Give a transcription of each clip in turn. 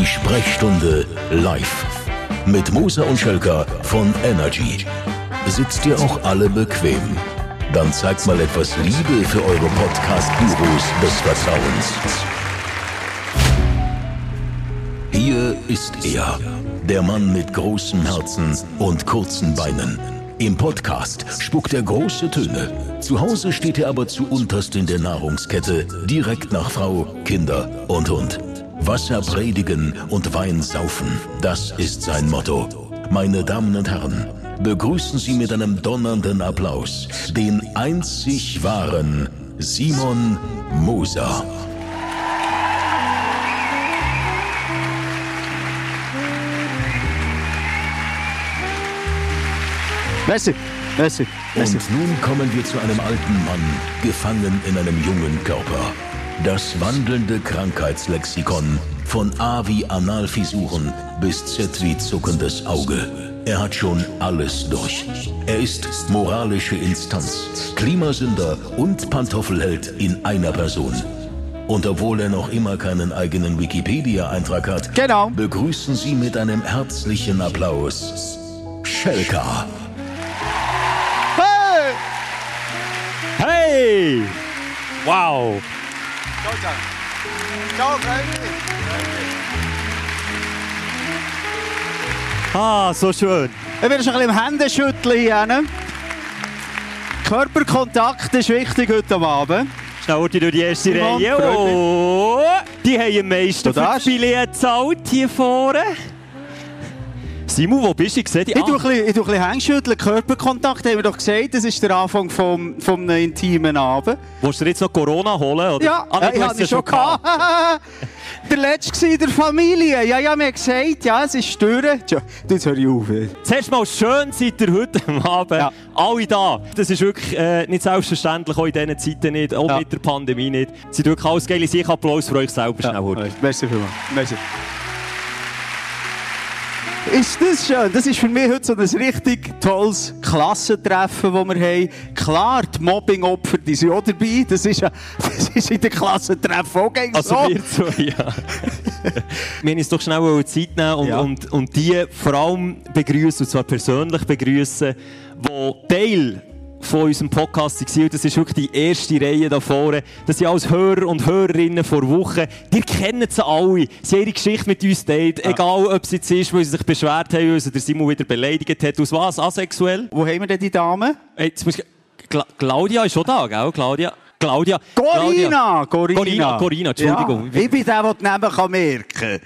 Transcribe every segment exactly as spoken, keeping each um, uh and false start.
Die Sprechstunde live. Mit Moser und Schölker von Energy. Sitzt ihr auch alle bequem? Dann zeigt mal etwas Liebe für eure Podcast-Gurus des Vertrauens. Hier ist er, der Mann mit großem Herzen und kurzen Beinen. Im Podcast spuckt er große Töne. Zu Hause steht er aber zu unterst in der Nahrungskette, direkt nach Frau, Kinder und Hund. Wasser predigen und Wein saufen, das ist sein Motto. Meine Damen und Herren, begrüßen Sie mit einem donnernden Applaus den einzig wahren Simon Moser. Merci, merci, merci. Und nun kommen wir zu einem alten Mann, gefangen in einem jungen Körper. Das wandelnde Krankheitslexikon, von A wie Analfisuren bis Z wie zuckendes Auge. Er hat schon alles durch. Er ist moralische Instanz, Klimasünder und Pantoffelheld in einer Person. Und obwohl er noch immer keinen eigenen Wikipedia-Eintrag hat, Genau. begrüßen Sie mit einem herzlichen Applaus Schölker. Hey! Hey! Wow! Ciao, ciao. Ciao, Freunde. Ah, so schön. Ich bin schon ein bisschen im Händeschütteln hier. Ne? Körperkontakt ist wichtig heute Abend. Schnell heute durch die erste Simon, Reihe. Oh, die haben am meisten Du für das Billett gezahlt hier vorne. Simon, wo bist du? Ich sehe dich. Ich tue ein bisschen, ich tue ein bisschen Händeschütteln. Körperkontakt, haben wir doch gesagt, das ist der Anfang vom, vom einem intimen Abend. Willst du dir jetzt noch Corona holen? Oder? Ja, ah, äh, ich hatte es schon gehabt. Der letzte war in der Familie. Ja, ja, mir gesagt, ja, es ist durch. Tja, jetzt höre ich auf. Zuerst mal schön seid ihr heute am Abend. Ja. Alle da. Das ist wirklich äh, nicht selbstverständlich, auch in diesen Zeiten nicht, auch Ja. mit der Pandemie nicht. Es sind wirklich alles geile Sachen. Applaus für euch selber. Ja. Schnell heute. Merci vielmals. Merci. Ist das schön? Das ist für mich heute so ein richtig tolles Klassentreffen, das wir haben. Klar, die Mobbing-Opfer die sind auch dabei. Das ist, ja, das ist in den Klassentreffen auch gegen Also so. wir zwei, ja. Wir wollten uns doch schnell Zeit nehmen und, Ja. und, und die vor allem begrüßen, und zwar persönlich begrüßen, die Teil von unserem Podcast waren. Und das ist wirklich die erste Reihe da vorne. Das sind alles Hörer und Hörerinnen vor Wochen. Ihr kennt sie alle. Sie haben ihre Geschichte mit uns geteilt. Ja. Egal, ob es jetzt ist, weil sie sich beschwert haben, weil sie der Simon wieder beleidigt hat. Aus was? Asexuell? Wo haben wir denn die Dame? Hey, jetzt muss ich... Cla- Claudia ist schon da, gell? Claudia? Claudia. Corina! Corina, Corina, Corina, Entschuldigung. Ja, ich bin der, der die Namen merken kann.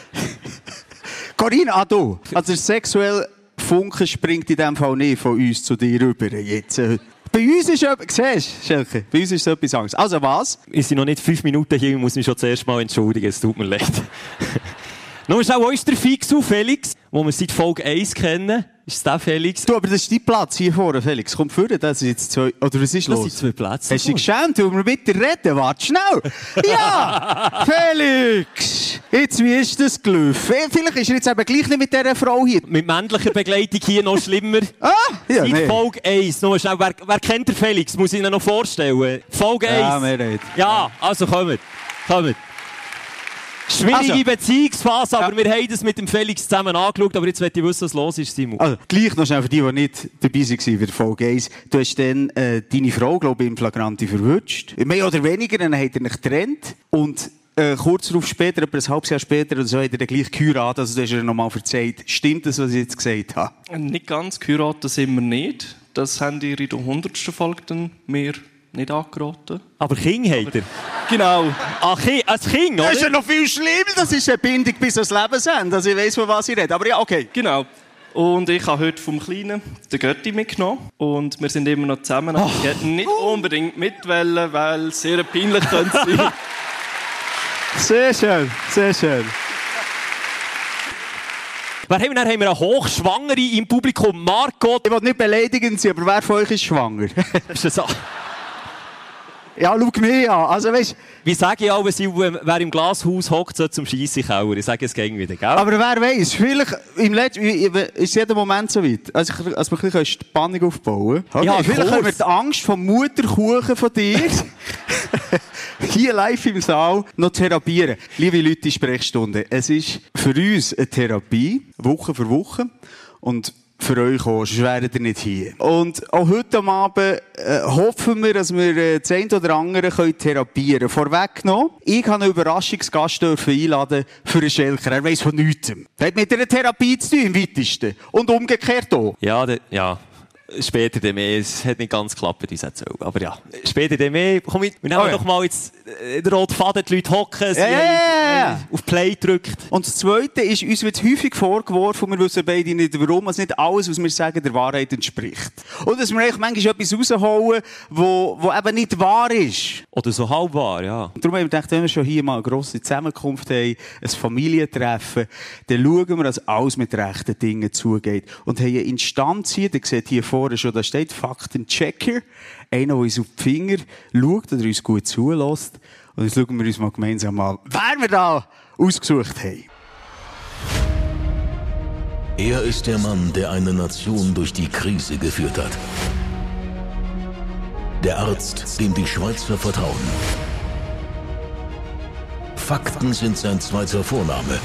Corina, ah du. Also der sexuelle Funke springt in dem Fall nicht von uns zu dir rüber. Jetzt, äh, bei uns ist etwas... Siehst du, Schelke? Bei uns ist etwas anderes. Also was? Wir sind noch nicht fünf Minuten hier, ich muss mich schon zuerst mal entschuldigen, es tut mir leid. Nun ist auch uns der Fixu, Felix, den wir seit Folge eins kennen. Ist es der Felix? Du, aber das ist dein Platz hier vorne, Felix. Komm vorne, das ist jetzt zwei... Oder was ist Das los? sind zwei Plätze. Hast du dich geschämt, weil wir mit dir reden? Warte schnell! Ja! Felix! Jetzt, wie ist das gelaufen? Vielleicht ist er jetzt eben gleich nicht mit dieser Frau hier. Mit männlicher Begleitung hier noch schlimmer. Ah! Ja, Seit nee. Folge eins. Nur schnell, wer, wer kennt den Felix? Muss ich Ihnen noch vorstellen. Folge Ja, eins. wir reden. Ja, also kommt. Kommt. Schwierige Also. Beziehungsphase, aber Ja. wir haben das mit dem Felix zusammen angeschaut. Aber jetzt möchte ich wissen, was los ist, Simon. Also, gleich noch schnell für die, die nicht dabei waren bei der Folge eins. Du hast dann äh, deine Frau, glaube ich, im Flagranti verwünscht. Mehr oder weniger, dann hat er dich getrennt. Und äh, kurz darauf später, etwa ein halbes Jahr später, oder so, hat er dann gleich geheiratet. Also, du hast ihr nochmal erzählt. Stimmt das, was ich jetzt gesagt habe? Nicht ganz geheiratet sind wir nicht. Das haben die in der hundertsten Folge dann mir nicht angeraten. Aber King hat er. Genau. Ach, Kind, ein Kind, oder? Das ist ja noch viel schlimmer. Das ist eine Bindung bis ans Lebensende. Also, ich weiss, von was ich rede. Aber ja, okay. Genau. Und ich habe heute vom Kleinen den Götti mitgenommen. Und wir sind immer noch zusammen. Aber ich hätte nicht unbedingt mitwählen, weil es sehr peinlich könnte sein. Sehr schön, sehr schön. Wer haben wir dann? Haben wir eine Hochschwangere im Publikum? Margot. Ich will nicht beleidigend sein, aber wer von euch ist schwanger? Ist das so? Ja, schau mich an. Also, weißt, Wie sage ich auch, wenn wer im Glashaus hockt, so zum Scheissenkauer? Ich sage es gegen wieder, gell? aber wer weiß, vielleicht im Let- ist jeder Moment so weit, als wir ein bisschen Spannung aufbauen können. Okay, Ja, vielleicht Kurs. haben wir die Angst vom Mutterkuchen von dir. hier live im Saal noch therapieren. Liebe Leute, die Sprechstunde. Es ist für uns eine Therapie, Woche für Woche. Und für euch auch, sonst wäret ihr nicht hier. Und auch heute Abend äh, hoffen wir, dass wir äh, das eine oder andere können therapieren können. Vorweggenommen, ich habe einen Überraschungsgast dürfen einladen für einen Schelker. Er weiss von nichts. Er hat mit einer Therapie zu tun, im weitesten. Und umgekehrt auch. Ja, de, ja. Später dann mehr. Es hat nicht ganz geklappt, uns erzählen. Aber ja, später dann mehr. Komm, wir nehmen oh ja. doch mal jetzt den roten Faden, die Leute hocken, sie ja, ja, ja. auf Play drückt. Und das Zweite ist, uns wird häufig vorgeworfen, wir wissen beide nicht warum, dass nicht alles, was wir sagen, der Wahrheit entspricht. Und dass wir eigentlich manchmal etwas rausholen, wo, wo eben nicht wahr ist. Oder so halb wahr, ja. Und darum haben wir gedacht, wenn wir schon hier mal eine grosse Zusammenkunft haben, ein Familientreffen, dann schauen wir, dass alles mit rechten Dingen zugeht. Und haben eine Instanz hier, ihr seht hier vorne schon, da steht Faktenchecker. Einer, der uns auf die Finger schaut oder uns gut zulässt. Und jetzt schauen wir uns mal gemeinsam an, wer wir da ausgesucht haben. Er ist der Mann, der eine Nation durch die Krise geführt hat. Der Arzt, dem die Schweizer vertrauen. Fakten sind sein zweiter Vorname.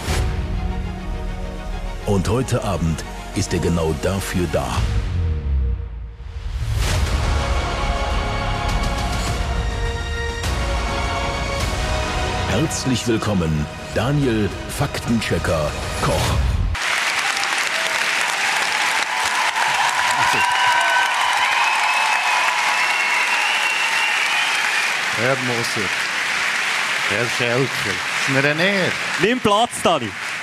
Und heute Abend ist er genau dafür da. Herzlich willkommen, Daniel Faktenchecker Koch. Herr Moser, Herr Schelker, ist mir ein Ehre. Nimm Platz, Dani.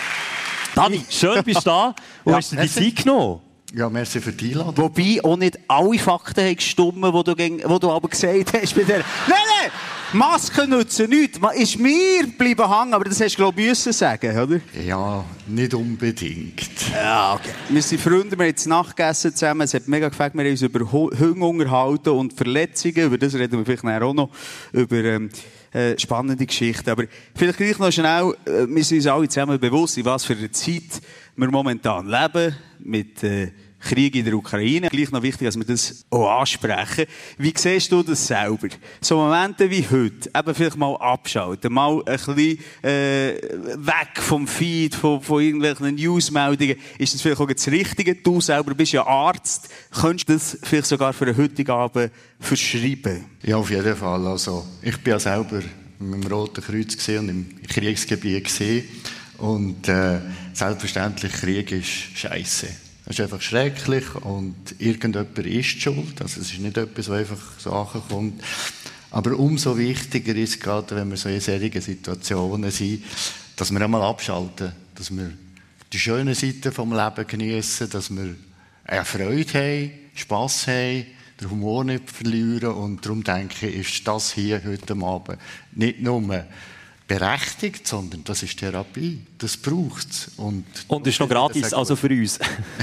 Dani, schön bist du da und Ja, hast dir die merci. Zeit genommen. Ja, merci für die Einladung. Wobei auch nicht alle Fakten haben gestimmt, die du, gegen, die du aber gesagt hast bei der... Nein, nein! Masken nützen nichts. Man ist mir bleiben hängen, aber das hast du, glaube ich, müssen sagen, oder? Ja, nicht unbedingt. Ja, okay. Wir sind Freunde, wir haben jetzt Nacht gegessen zusammen. Es hat mega gefällt, wir haben uns über Hunger unterhalten und Verletzungen. Über das reden wir vielleicht nachher auch noch. Über ähm, äh, spannende Geschichten. Aber vielleicht gleich noch schnell, äh, wir sind uns alle zusammen bewusst, in was für einer Zeit wir momentan leben. Mit... Äh, Krieg in der Ukraine. Gleich noch wichtig, dass wir das auch ansprechen. Wie siehst du das selber? So Momente wie heute, eben vielleicht mal abschalten, mal ein bisschen äh, weg vom Feed, von, von irgendwelchen Newsmeldungen. Ist das vielleicht auch das Richtige? Du selber bist ja Arzt. Könntest du das vielleicht sogar für einen heutigen Abend verschreiben? Ja, auf jeden Fall. Also, ich bin ja selber mit dem Roten Kreuz gesehen und im Kriegsgebiet gesehen. Und äh, selbstverständlich, Krieg ist Scheisse. Es ist einfach schrecklich und irgendjemand ist schuld. Also es ist nicht etwas, was einfach so ankommt. Aber umso wichtiger ist gerade, wenn wir so in solchen Situationen sind, dass wir einmal abschalten, dass wir die schönen Seiten vom Leben genießen, dass wir eine Freude haben, Spass haben, den Humor nicht verlieren. Und darum denke ich, ist das hier heute Abend nicht nur berechtigt, sondern das ist Therapie. Das braucht es. Und, Und ist noch gratis, also für uns.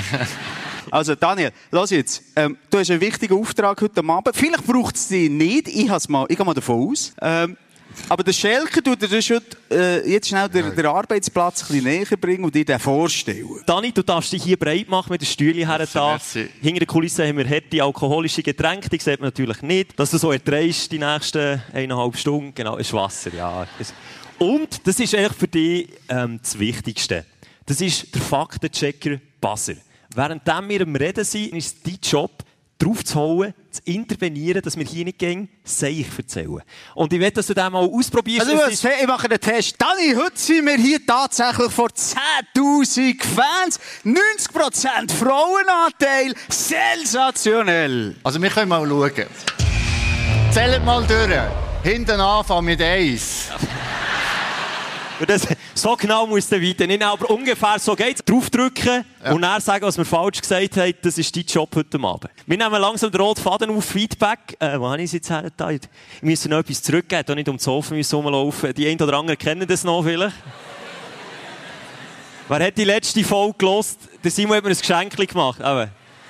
Also Daniel, lass jetzt. Ähm, du hast einen wichtigen Auftrag heute Abend. Vielleicht braucht es dich nicht. Ich, mal, ich gehe mal davon aus. Ähm, aber der Schelker tut dir schon, äh, jetzt schnell den, den Arbeitsplatz ein bisschen näher bringen und dir den vorstellen. Dani, du darfst dich hier breit machen mit den Stühlen her. Da. Hinter der Kulisse haben wir harte alkoholische Getränke, die sieht man natürlich nicht. Dass du so erträgst die nächsten eineinhalb Stunden, genau, ist Wasser, ja. Und das ist eigentlich für dich ähm, das Wichtigste. Das ist der Faktenchecker Buzzer. Während wir am Reden sind, ist es dein Job, drauf zu holen, zu intervenieren, dass wir hier nicht gehen, Seich erzählen. Und ich will, dass du das mal ausprobierst. Also ich, ist... ich mache den Test. Dani, heute sind wir hier tatsächlich vor zehntausend Fans. neunzig Prozent Frauenanteil. Sensationell. Also wir können mal schauen. Zählt mal durch. Hinten anfangen mit eins. Das, so genau muss es weiter. Nicht, aber ungefähr so geht es. Draufdrücken ja. Und dann sagen, was wir falsch gesagt haben. Das ist dein Job heute Abend. Wir nehmen langsam den roten Faden auf, Feedback. Äh, wo habe ich es jetzt hergetan? Ich muss noch etwas zurückgeben, da nicht um den Sofa rumlaufen. Die einen oder anderen kennen das noch vielleicht. Wer hat die letzte Folge gehört? Der Simon hat mir ein Geschenk gemacht. Aber.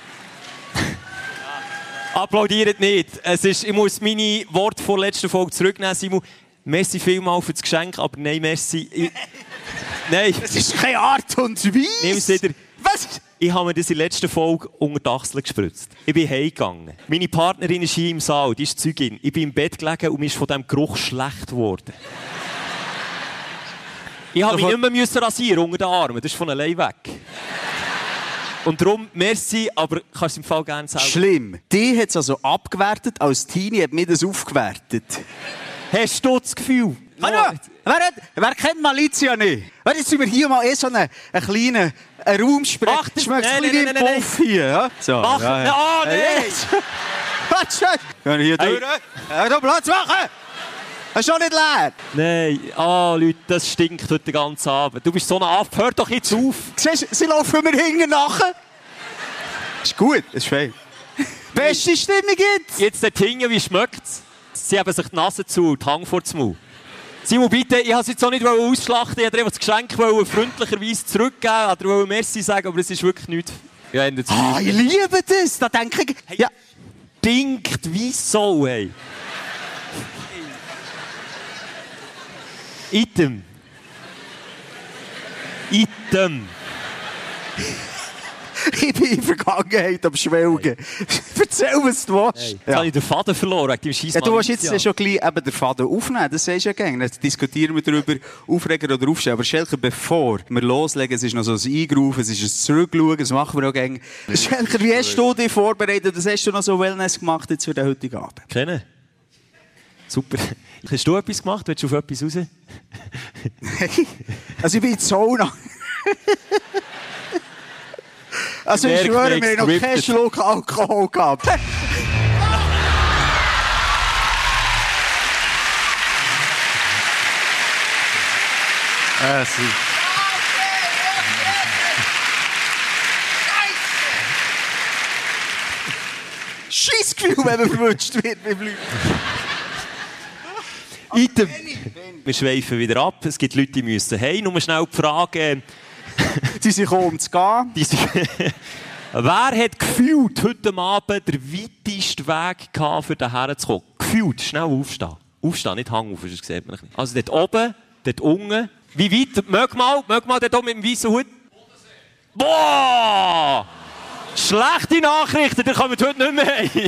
Applaudiert nicht. Es ist, ich muss meine Worte vor der letzten Folge zurücknehmen, Simon. Merci vielmals für das Geschenk, aber nein, merci. Ich, nein. Das ist keine Art und Weise. Nimm es wieder. Was? Ich habe mir das in der letzten Folge unter die Achseln gespritzt. Ich bin heimgegangen. Meine Partnerin ist hier im Saal, die ist Zeugin. Ich bin im Bett gelegen und mir ist von diesem Geruch schlecht geworden. Ich habe mich nicht mehr müssen rasieren unter den Armen, das ist von allein weg. Und darum, merci, aber kannst du es im Fall gerne selber... Schlimm. Die hat es also abgewertet, als Teenie hat mir das aufgewertet. Hast du das Gefühl? Ja. Wer, hat, wer kennt Malizia nicht? Jetzt sind wir hier mal eh so einen, einen kleinen einen Raum sprechen. Mach das- Schmeckt nein, es wie nein, ein nein, Puff hier. Ja? So, Mach- ja, ja. Ah, nein! Warte schon! Können wir hier Hey. durch? Ja, da Platz machen! Ist schon nicht leer. Nein, ah, Leute, das stinkt heute den ganzen Abend. Du bist so ein Aff, hör doch jetzt auf! Siehst du, sie laufen mir hinten nachher. Ist gut, ist fein. Beste Stimmung jetzt! Jetzt dort hinten, wie schmeckt's? Sie haben sich die Nase zu und die Hang vor den Mund. Simon, bitte, ich wollte es jetzt auch nicht ausschlachten, ich wollte das Geschenk freundlicherweise zurückgeben, oder wollte Merci sagen, aber es ist wirklich nichts. Ja, in der Ah, ich liebe das! Da denke ich... Hey. Ja. Stinkt wie so, hey. Item. Item. Ich bin in der Vergangenheit am Schwelgen. Erzähl, was du willst. Hey. Jetzt Ja. habe ich den Faden verloren wegen dem Scheiss Ja, du willst Malizia. jetzt schon gleich eben den Faden aufnehmen, das sagst du ja gerne. Dann diskutieren wir darüber, Aufreger oder Aufstehen. Aber Schelker, bevor wir loslegen, es ist noch so ein Eingerufen, es ist ein Zurückschauen, das machen wir auch gerne. Schelker, wie hast du dich vorbereitet? Was hast du noch so Wellness gemacht jetzt für den heutigen Abend? Kennen? Super. Hast du etwas gemacht? Willst du auf etwas raus? Also ich bin in der Sauna. Also ich Merk, schwöre, wir haben noch merk's, keinen ripped. Schluck Alkohol gehabt. Äh, sie. Scheissgefühl, wenn man verwünscht wird mit Leuten. Item. Wir schweifen wieder ab. Es gibt Leute, die müssen hey, nur schnell die Frage, Die sind gekommen, um zu gehen. die sich- wer hat gefühlt heute Abend den weitesten Weg gehabt, für daher zu kommen? Gefühlt, schnell aufstehen. Aufstehen, nicht Hang auf, sonst sieht man nicht. Also dort oben, dort unten. Wie weit? Mög mal, mög mal dort oben mit dem weißen Hut. Boah! Schlechte Nachrichten, da kommen wir heute nicht mehr heim.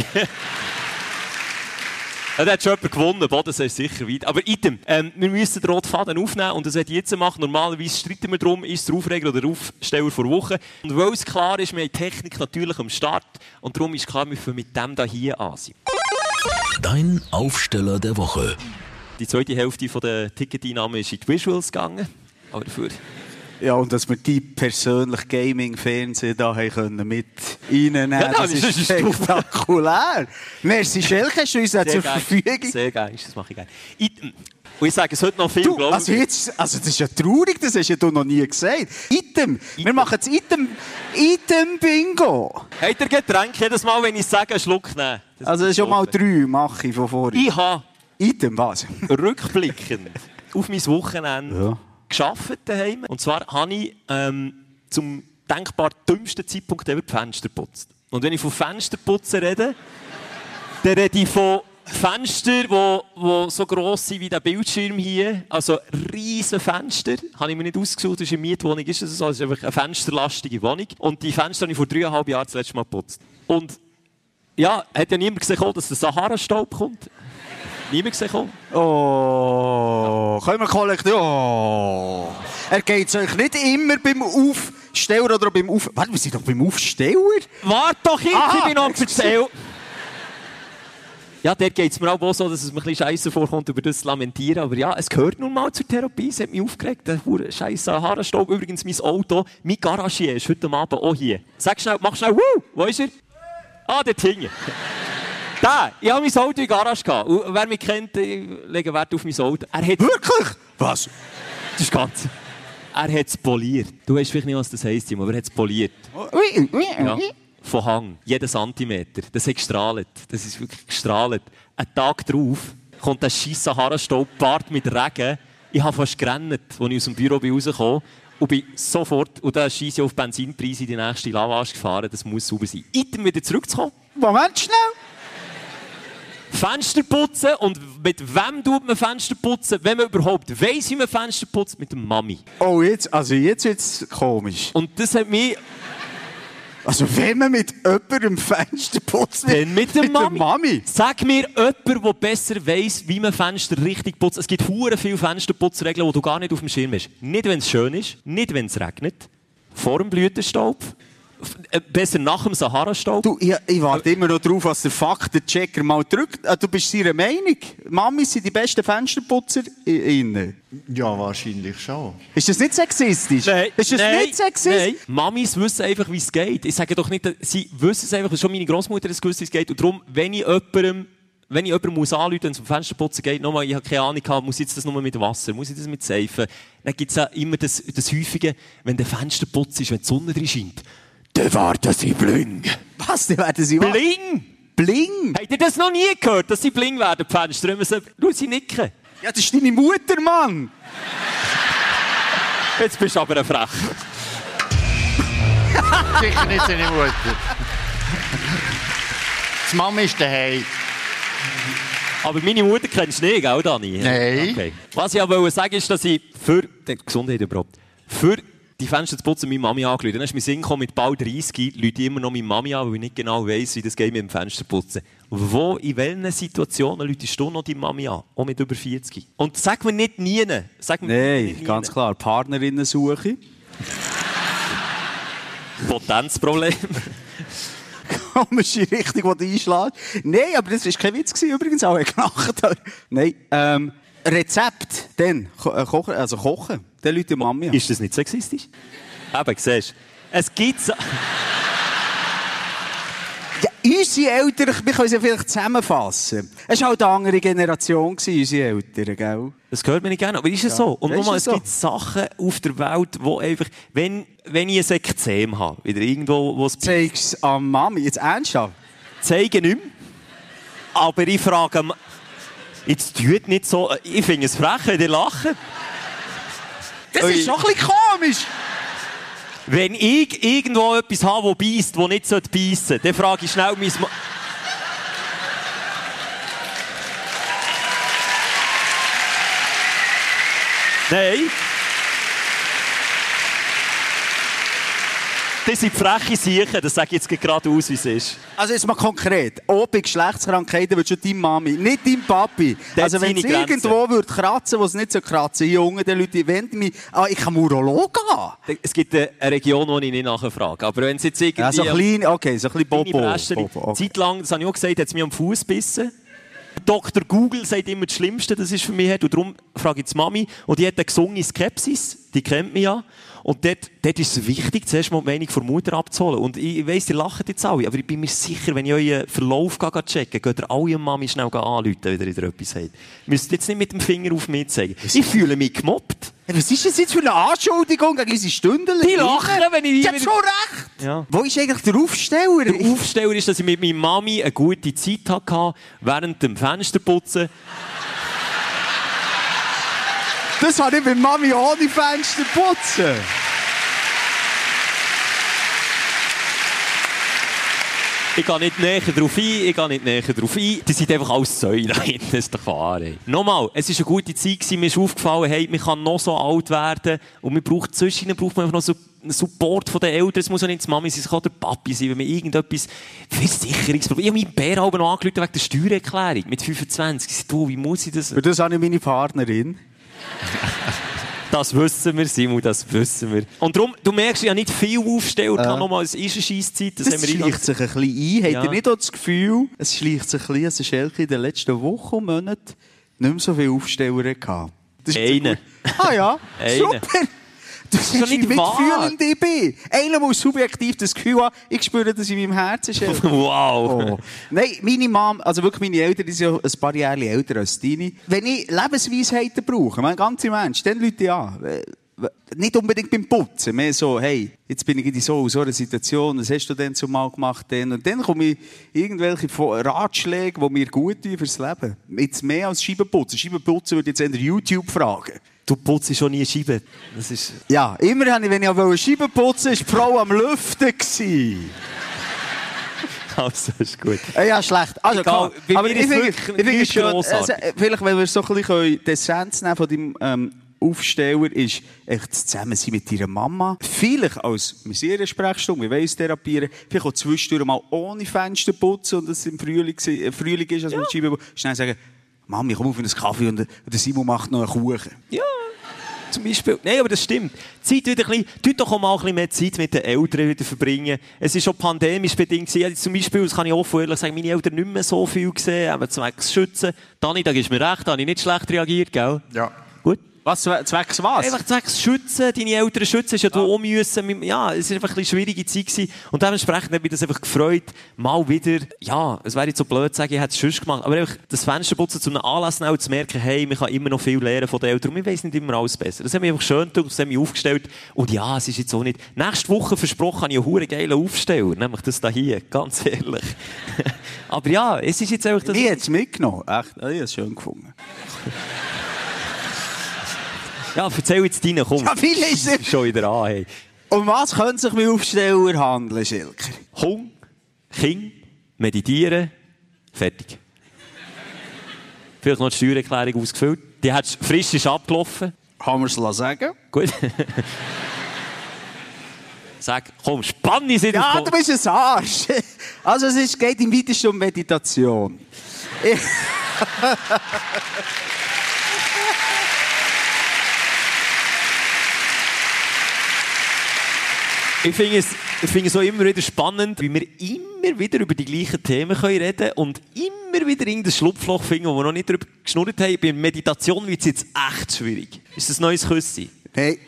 Ja, da hat schon jemand gewonnen, Bodensee ist sicher weit. Aber item, ähm, wir müssen den roten Faden aufnehmen und das werde ich jetzt machen. Normalerweise streiten wir darum, ist es der Aufreger oder der Aufsteller vor Woche. Und weil es klar ist, wir haben die Technik natürlich am Start und darum ist klar, wir fangen mit dem hier an. Dein Aufsteller der Woche. Die zweite Hälfte der Ticketeinnahme ist in die Visuals gegangen. Aber dafür... Ja, und dass wir die persönlich Gaming-Fernsehen da haben können mit reinnehmen, Ja, das, das ist ist spektakulär. Merci, Schelke, hast du uns das zur geil. Verfügung? Sehr geil, das mache ich gerne. Item. Und ich sage es heute noch viel, Du, glaube also, jetzt, also das ist ja traurig, das hast ja du noch nie gesagt. Item. Wir Item. machen jetzt Item, Item-Bingo. Habt ihr Getränk jedes Mal, wenn ich sage, einen Schluck nehmen? Also das ist schon mal drei, mache ich von vorhin. Ich habe Item, was? rückblickend auf mein Wochenende Ja. gearbeitet daheim. Und zwar habe ich ähm, zum denkbar dümmsten Zeitpunkt ever die Fenster geputzt. Und wenn ich von Fensterputzen rede, dann rede ich von Fenstern, die, die so gross sind wie der Bildschirm hier. Also riesen Fenster. Habe ich mir nicht ausgesucht, das ist eine Mietwohnung. Ist das so? Das ist einfach eine fensterlastige Wohnung. Und die Fenster habe ich vor dreieinhalb Jahren das letzte Mal geputzt. Und ja, hat ja niemand gesehen, dass der Sahara-Staub kommt. Niemand gesehen. Oh, können wir kollektiv... Oh. Er geht euch nicht immer beim Aufsteller oder beim Auf... Warte, wir sind doch beim Aufsteller? Warte doch jetzt, Aha, ich bin noch am excuse. Erzählen. Ja, dort geht es mir auch so, dass es mir ein bisschen scheiße vorkommt, über das zu lamentieren. Aber ja, es gehört nun mal zur Therapie. Es hat mich aufgeregt. Der hure scheisse Haarenstaub. Übrigens, mein Auto, mein Garagier ist heute Abend auch hier. Sag schnell, mach schnell, wuh, wo ist er? Ah, dort hinten. Da, ich habe mein Auto in der Garage gehabt. Und wer mich kennt, ich lege Wert auf mein Auto. Er hat... Wirklich? Was? Das ist ganz... Er hat es poliert. Du weißt vielleicht nicht, was das heisst, Tim, aber er hat es poliert. Ui, ui, Ja. ui. Von Hang. Jeden Zentimeter. Das hat gestrahlt. Das ist wirklich gestrahlt. Ein Tag drauf kommt der scheisse Haarenstaub gepaart mit Regen. Ich habe fast gerannt, als ich aus dem Büro bin rausgekommen und bin sofort, und dann scheisse ich auf Benzinpreise in die nächste Lavage gefahren. Das muss sauber sein. Item wieder zurückzukommen. Moment schnell. Fenster putzen. Und mit wem tut man Fenster putzen? Wenn man überhaupt weiss, wie man Fenster putzt, mit der Mami. Oh, jetzt, also jetzt wird's komisch. Und das hat mich... Also wenn man mit jemandem Fenster putzt, Dann mit der mit Mami. der Mami. Sag mir jemand, der besser weiss, wie man Fenster richtig putzt. Es gibt verdammt viele Fensterputzregeln, die du gar nicht auf dem Schirm hast. Nicht, wenn es schön ist, nicht, wenn es regnet, vor dem Blütenstaub, besser nach dem Sahara-Staub. Du, ich, ich warte immer noch darauf, dass der Faktenchecker mal drückt. Du bist seiner Meinung. Mamis sind die besten Fensterputzer innen. Ja, wahrscheinlich schon. Ist das nicht sexistisch? Nein, Ist das nein, nicht sexistisch? Nein. Mamis wissen einfach, wie es geht. Ich sage doch nicht, sie wissen es einfach, schon meine Großmutter es gewusst, wie es geht. Und darum, wenn ich jemandem, wenn ich jemandem muss anrufen, wenn es um Fensterputzen geht, nochmal, ich habe keine Ahnung gehabt, muss ich jetzt das nur mit Wasser, muss ich das mit Seifen? Dann gibt es ja immer das, das Häufige, wenn der Fensterputz ist, wenn die Sonne drin scheint, dann werden sie bling. Was? Dann werden sie was? Bling! Bling? Habt ihr das noch nie gehört, dass sie bling werden, die Fenster? Wenn man so, schau, sie nicken. Ja, das ist deine Mutter, Mann. Jetzt bist du aber ein Frech. Sicher nicht seine Mutter. Die Mama ist daheim. Aber meine Mutter kennst du nicht, gell, Dani? Nein. Okay. Was ich aber sagen wollte, ist, dass ich für die Gesundheit überhaupt, für die Fenster zu putzen, meine Mami angerufen. Dann ist mein Sinn gekommen, mit bald dreissig Leute immer noch meine Mami an, weil ich nicht genau weiss, wie das geht mit dem Fensterputzen. Wo, in welchen Situationen läutest du noch die Mami an? Auch mit über vierzig. Und sag mir nicht nie. Sag mir Nein, nicht ganz klar. Partnerinnen-Suche. Potenzproblem. Komische Richtung, die du einschlägst. Nein, aber das war kein Witz gewesen, übrigens. Auch gelacht. Nein, ähm, Rezept, dann, Ko äh, kochen, also kochen. Dann Leute die Mami an. Ist das nicht sexistisch? Eben, siehst du. Es gibt... Ja, unsere Eltern, wir können sie vielleicht zusammenfassen. Es war halt eine andere Generation, unsere Eltern, gell? Das hört man nicht gerne, aber ist es ja so? Und Ja, nochmal, ist es es so? gibt Sachen auf der Welt, wo einfach, wenn, wenn ich ein Ekzem habe, wieder irgendwo, wo es Zeig's an Mami, jetzt ernsthaft? zeigen nicht mehr. Aber ich frage, m- jetzt tut nicht so, ich finde es frech, wenn ihr lacht. Das Ui. ist schon ein bisschen komisch. Wenn ich irgendwo etwas habe, das beisst, das nicht beißen sollte, dann frage ich schnell mein Ma Nein. Das sind freche Siechen, das sage ich jetzt gerade aus, wie es ist. Also jetzt mal konkret. Ob bei Geschlechtskrankheiten wird schon deine Mami, nicht dein Papi. Dort Also wenn es seine Grenzen. irgendwo wird kratzen, wo es nicht so kratzen, Junge, die Leute wenden mich, ah, ich kann Urolog gehen. Es gibt eine Region, die ich nicht nachfrage. Aber wenn es jetzt irgendwie... Ja, so klein, okay, so ein bisschen Kleine Bobo. Bräschchen. Bobo, okay. Zeitlang, das habe ich auch gesagt, hat es mich am Fuß gebissen. Doktor Google sagt immer das Schlimmste, das ist für mich. Und darum frage ich die Mami. Und die hat eine gesunde Skepsis, die kennt mich ja. Und dort, dort ist es wichtig, zuerst mal die Meinung von der Mutter abzuholen. Und ich weiss, ihr lacht jetzt alle, aber ich bin mir sicher, wenn ich euren Verlauf gehe, checken, geht ihr alle Mami schnell anrufen, wenn ihr etwas habt. Ihr müsst jetzt nicht mit dem Finger auf mich zeigen. Ich fühle mich gemobbt. Hey, was ist das jetzt für eine Anschuldigung gegen unsere Stündchen? Die lachen, wenn ich... Die hat schon recht. Ja. Wo ist eigentlich der Aufsteller? Der Aufsteller ist, dass ich mit meiner Mami eine gute Zeit hatte, während dem Fensterputzen. Das habe ich bei Mami ohne Fenster putzen. Ich gehe nicht näher drauf ein, ich gehe nicht näher drauf ein. Die sind einfach alles Säule da hinten, das ist doch klar. Ey. Nochmal, es war eine gute Zeit gewesen, mir ist aufgefallen, hey, man kann noch so alt werden und man braucht zwischen braucht man einfach noch so einen Support von den Eltern. Es muss auch nicht die Mami sein, es kann auch der Papi sein, wenn man irgendetwas Versicherungsproblem... Ich habe meinen Bär auch noch angerufen wegen der Steuererklärung mit fünfundzwanzig. Ich sage, du, wie muss ich das... Für das habe ich meine Partnerin. Das wissen wir, Simon, das wissen wir. Und darum, du merkst, ich habe nicht viel Aufsteller, Äh. nochmal, es ist eine Scheisse-Zeit. Das, das schleicht sich ein bisschen ein. Habt Ja. ihr nicht auch das Gefühl, es schleicht sich ein bisschen, als Schelke in den letzten Wochen und Monaten nicht mehr so viele Aufsteller gehabt? Das ist Eine. gut. Ah ja, Eine. super. Du ist bist doch nicht wie wahr. mitfühlend ich bin. Einer muss subjektiv das Gefühl haben, ich spüre das in meinem Herzen. Schelke. Wow. Oh. Nein, meine Mom, also wirklich meine Eltern, die sind ja ein paar Jahre älter als deine. Wenn ich Lebensweisheiten brauche, mein ganz im Ernst, dann Leute ja. Nicht unbedingt beim Putzen, mehr so, hey, jetzt bin ich in so, so einer Situation, was hast du denn zumal gemacht? Denn? Und dann komme ich irgendwelche Ratschläge, die mir gut tun fürs Leben. Jetzt mehr als Scheibenputzen. Scheibenputzen würde ich jetzt eher YouTube fragen. Du putzt schon nie Scheiben. Das ist... Ja, immer habe ich, wenn ich auch Scheiben putzen wollte, war die Frau am Lüften gewesen. Also, ist gut. Äh, Ja, schlecht. Also, Egal, klar. bei Aber mir ich ist finde wirklich ich finde es nichts schön, grossartig. also, vielleicht, wenn wir so ein bisschen die Essenz nehmen von deinem ähm, Aufsteller ist echt das Zusammensein mit deiner Mama. Vielleicht als wir sind in einer Sprechstunde, wir wollen uns therapieren, vielleicht auch zwischendurch mal ohne Fenster putzen und es im Frühling, äh, Frühling ist, als ja. wir die Scheibe schnell sagen, Mami, komm auf einen Kaffee und der Simon macht noch einen Kuchen. Ja, zum Beispiel. Nein, aber das stimmt. Zeit wieder ein bisschen, tut doch auch mal ein bisschen mehr Zeit mit den Eltern wieder verbringen. Es ist schon pandemisch bedingt. Ich zum Beispiel, das kann ich offen ehrlich sagen, meine Eltern nicht mehr so viel gesehen, aber zwecks Schützen. Dani, da gibst du mir recht, da habe ich nicht schlecht reagiert, gell? Ja. Gut. Was, zwecks was? Einfach zwecks Schützen, deine Eltern schützen, ist ja du auch müssen. Ja, es war einfach ein bisschen schwierige Zeit gewesen. Und dementsprechend hat mich das einfach gefreut, mal wieder, ja, es wäre jetzt so blöd zu sagen, ich hätte es sonst gemacht, aber einfach das Fensterputzen zu einem Anlass auch zu merken, hey, man kann immer noch viel lernen von den Eltern und man weiss nicht immer alles besser. Das hat mich einfach schön gedacht, das hat mich aufgestellt. Und ja, es ist jetzt auch nicht, nächste Woche versprochen, habe ich einen verdammt geilen Aufsteller, nämlich das da hier, ganz ehrlich. Aber ja, es ist jetzt einfach das... Ich hätte es mitgenommen, echt, ich habe es schön gefunden. Ja, erzähl jetzt deinen, komm. Ja, viel ist es. Schon wieder an, hey. Um was könnte sich mein Aufsteller handeln, Schilker? Hung, Kind, meditieren, fertig. Vielleicht noch die Steuererklärung ausgefüllt. Die hat frisch ist abgelaufen. Kann man es sagen? Gut. Sag, komm, spann ich sie. Ja, du bist ein Arsch. Also es ist, geht im weitesten um Meditation. Ich Ich finde es, ich finde es auch immer wieder spannend, wie wir immer wieder über die gleichen Themen reden können und immer wieder irgendein Schlupfloch finden, wo wir noch nicht darüber geschnurrt haben. Bei Meditation wird es jetzt echt schwierig. Ist das ein neues Küssi? Hey.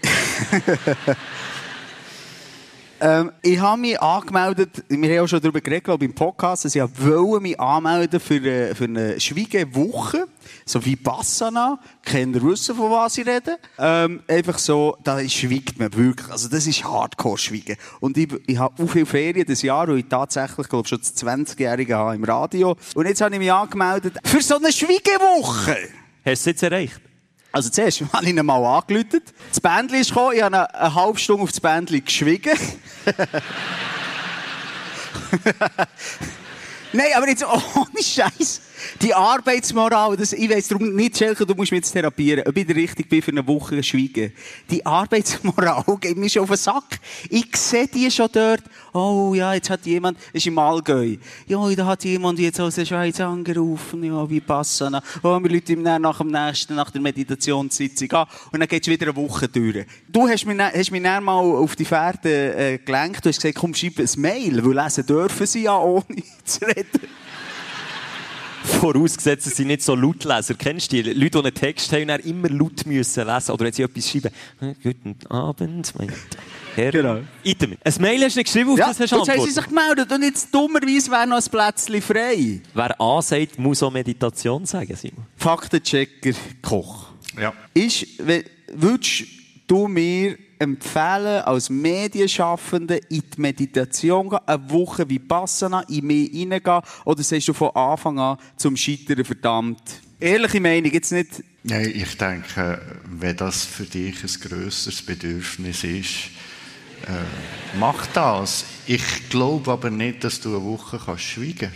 ähm, ich habe mich angemeldet, wir haben auch schon darüber geredet, glaube ich, im Podcast, dass ich wollte mich anmelden für eine, für eine Schweigewoche. So wie Vipassana, Kinder wissen, von was ich rede. Ähm, einfach so, da schweigt man wirklich. Also das ist Hardcore-Schweigen. Und ich, ich habe auch viele Ferien das Jahr, und ich tatsächlich, glaube ich, schon das zwanzigjährige habe im Radio. Und jetzt habe ich mich angemeldet für so eine Schweigewoche. Hast du es jetzt erreicht? Also zuerst habe ich ihn mal angerufen. Das Bändchen ist gekommen, ich habe eine, eine halbe Stunde auf das Bändchen geschwiegen. Nein, aber jetzt ohne Scheiß. Die Arbeitsmoral, das, ich weiss darum nicht, Schelke, du musst mich jetzt therapieren, ob ich da richtig bin für eine Woche schweigen. Die Arbeitsmoral geht mir schon auf den Sack. Ich sehe die schon dort. Oh ja, jetzt hat jemand, das ist im Allgäu. Ja, da hat jemand jetzt aus der Schweiz angerufen. Ja, wie passen. Oh, wir rufen ihm dann nach dem nächsten, nach der Meditationssitzung an. Und dann geht es wieder eine Woche durch. Du hast mich, hast mich dann mal auf die Fährte äh, gelenkt. Du hast gesagt, komm, schreib ein Mail, weil lesen dürfen sie ja, ohne zu reden. Vorausgesetzt, dass sie nicht so Lautleser. Kennst du die Leute, die einen Text haben und immer laut müssen lesen? Oder wenn sie etwas schreiben, guten Abend, mein Herr. Genau. Item. Ein Mail hast du nicht geschrieben, auf Ja, das hast du jetzt haben sie Antwort. sich gemeldet und jetzt dummerweise wäre noch ein Plätzchen frei. Wer A sagt, muss auch Meditation sagen, Simon. Faktenchecker Koch. Ja. Ist, we- würdest du mir empfehlen, als Medienschaffende in die Meditation gehen, eine Woche Vipassana, in mich reingehen, oder sagst du von Anfang an zum Scheitern verdammt? Ehrliche Meinung, jetzt nicht... Nein, ich denke, wenn das für dich ein grösseres Bedürfnis ist, äh, mach das. Ich glaube aber nicht, dass du eine Woche kannst schweigen.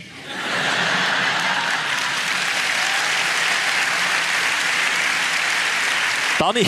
Dani,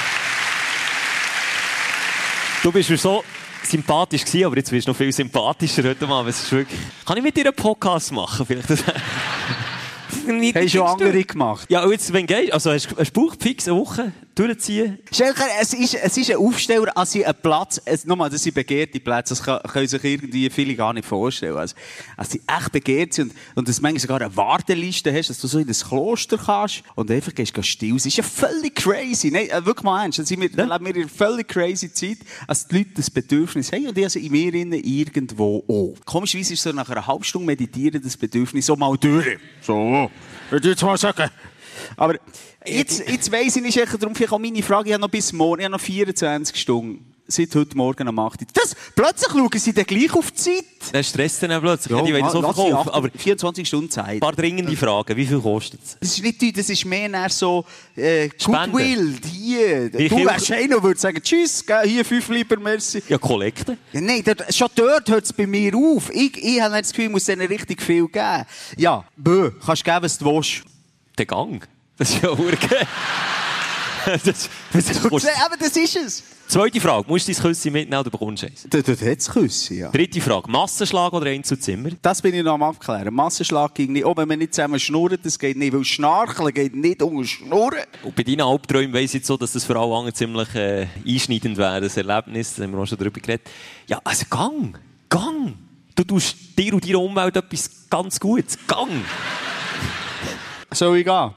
du bist mir so sympathisch gewesen, aber jetzt wirst du noch viel sympathischer heute mal. Es ist wirklich... Kann ich mit dir einen Podcast machen? Vielleicht das... Hast du schon andere gemacht? Ja, und jetzt, wenn geht, also hast du Bauchfix eine Woche durchziehen? Schelker, es ist, es ist ein Aufsteller, als sie einen Platz, es, nochmal, das sind begehrte Plätze, das kann, können sich irgendwie viele gar nicht vorstellen. Also, als sie echt begehrt sind und, und dass du manchmal sogar eine Warteliste hast, dass du so in das Kloster kannst und einfach gehst, gehst still. Es ist ja völlig crazy. Nein, wirklich mal ernst. Wir, wir leben in einer völlig crazy Zeit, als die Leute das Bedürfnis haben und die also in mir irgendwo auch. Komischerweise ist so nach einer halben Stunde meditieren das Bedürfnis so mal durch. So. Würde ich jetzt mal sagen. Aber jetzt, jetzt weiss ich nicht, darum vielleicht auch meine Frage, ich habe noch bis morgen, ich habe noch vierundzwanzig Stunden. Seit heute Morgen um acht Uhr. Das, plötzlich schauen sie dann gleich auf die Zeit. Dann stresst dann plötzlich. Ja, Ich will das so lass sie verkaufen. acht- Aber vierundzwanzig Stunden Zeit. ein paar dringende Fragen. Wie viel kostet es? Das ist nicht teuer, das ist mehr nach so äh, Spenden. Goodwill. Hier. Wie Du viel- wärst einer und würdest sagen, tschüss, gell, hier fünf lieber, merci. Ja, Kollekte. Ja, nein, dort, schon dort hört es bei mir auf. Ich, ich habe das Gefühl, ich muss denen richtig viel geben. Ja, bö, kannst geben, was du willst. Der Gang. Das ist ja urge. das, das Du siehst, aber das ist es. Zweite Frage. Musst du dein Küsschen mitnehmen oder bekommst du eins? Dort hat es Küsse, ja. Dritte Frage. Massenschlag oder Einzelzimmer? Das bin ich noch am Abklären. Massenschlag ging nicht. Auch wenn man nicht zusammen schnurrt, das geht nicht. Weil Schnarchen geht nicht unter Schnurren. Und bei deinen Albträumen weiss ich jetzt so, dass das für alle anderen ziemlich äh, einschneidend wäre. Das Erlebnis, da haben wir auch schon darüber geredet. Ja, also gang. Gang. Du tust dir und deiner Umwelt etwas ganz Gutes. Gang. Soll ich gehen?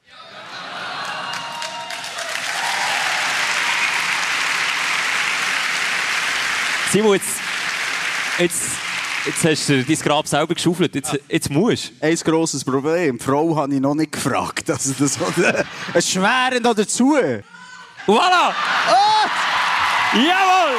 Simon, jetzt, jetzt, jetzt hast du dein Grab selber geschaufelt. Jetzt, jetzt musst du. Ein grosses Problem. Die Frau habe ich noch nicht gefragt. Also das ist schwer noch dazu. Voilà! Oh! Jawohl!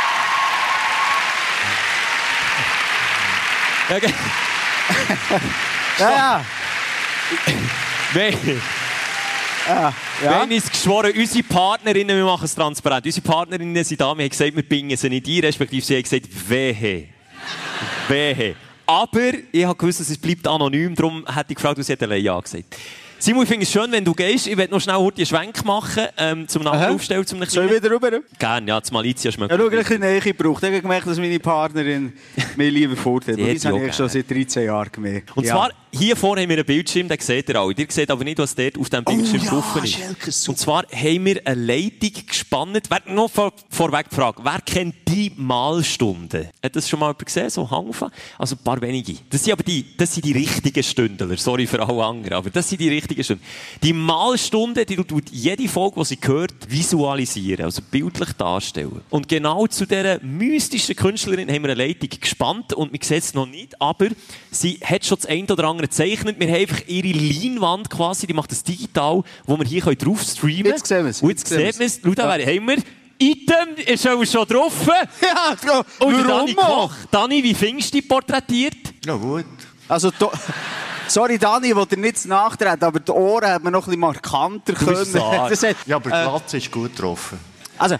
Okay. Ja, ja. Wenn, ja. ja. wenn ich geschworen, unsere Partnerinnen, wir machen es transparent, unsere Partnerinnen sind da, wir haben gesagt, wir bingen sie nicht ein, respektive sie haben gesagt, wehe. Wehe. Aber ich habe gewusst, es bleibt anonym, darum hätte ich gefragt, was sie allein ja gesagt. Simon, ich finde es schön, wenn du gehst. Ich werde noch schnell einen Schwenk machen, ähm, zum Aufstellen. Zum Soll ich wieder rüber? Gerne, ja, das Malizia schmeckt. Ja, schau, ein bisschen Nähe gebraucht. Ich habe gemerkt, dass meine Partnerin mir lieber vorhat. Das habe ich schon seit dreizehn Jahren gemerkt. Und ja. zwar, hier vorne haben wir einen Bildschirm, den seht ihr alle. Ihr seht aber nicht, was dort auf diesem Bildschirm oh, drauf ja, ist. Schelke, und zwar haben wir eine Leitung gespannt. Wer, noch vor, vorweg die Frage, wer kennt die Malstunden? Hat das schon mal jemand gesehen, so Hangufen? Also ein paar wenige. Das sind aber die, das sind die richtigen Stündler. Sorry für alle anderen, aber das sind die richtigen Stunden. Die Malstunde, die tut jede Folge, die sie hört, visualisieren, also bildlich darstellen. Und genau zu dieser mystischen Künstlerin haben wir eine Leitung gespannt und wir sehen es noch nicht, aber sie hat schon das eine oder andere gezeichnet. Wir haben einfach ihre Leinwand quasi, die macht das digital, wo wir hier drauf streamen können. Jetzt sehen wir es. Und jetzt sehen wir es. Schau, da haben wir Item, ist auch schon drauf. Ja, ja. Und Warum Dani Koch. Dani, wie findest du die porträtiert? Ja, gut. Also, do, sorry, Dani, ich wollte dir nicht nachtreten, aber die Ohren hat man noch ein bisschen markanter können. Das hat, ja, aber die äh, Glatze ist gut getroffen. Also.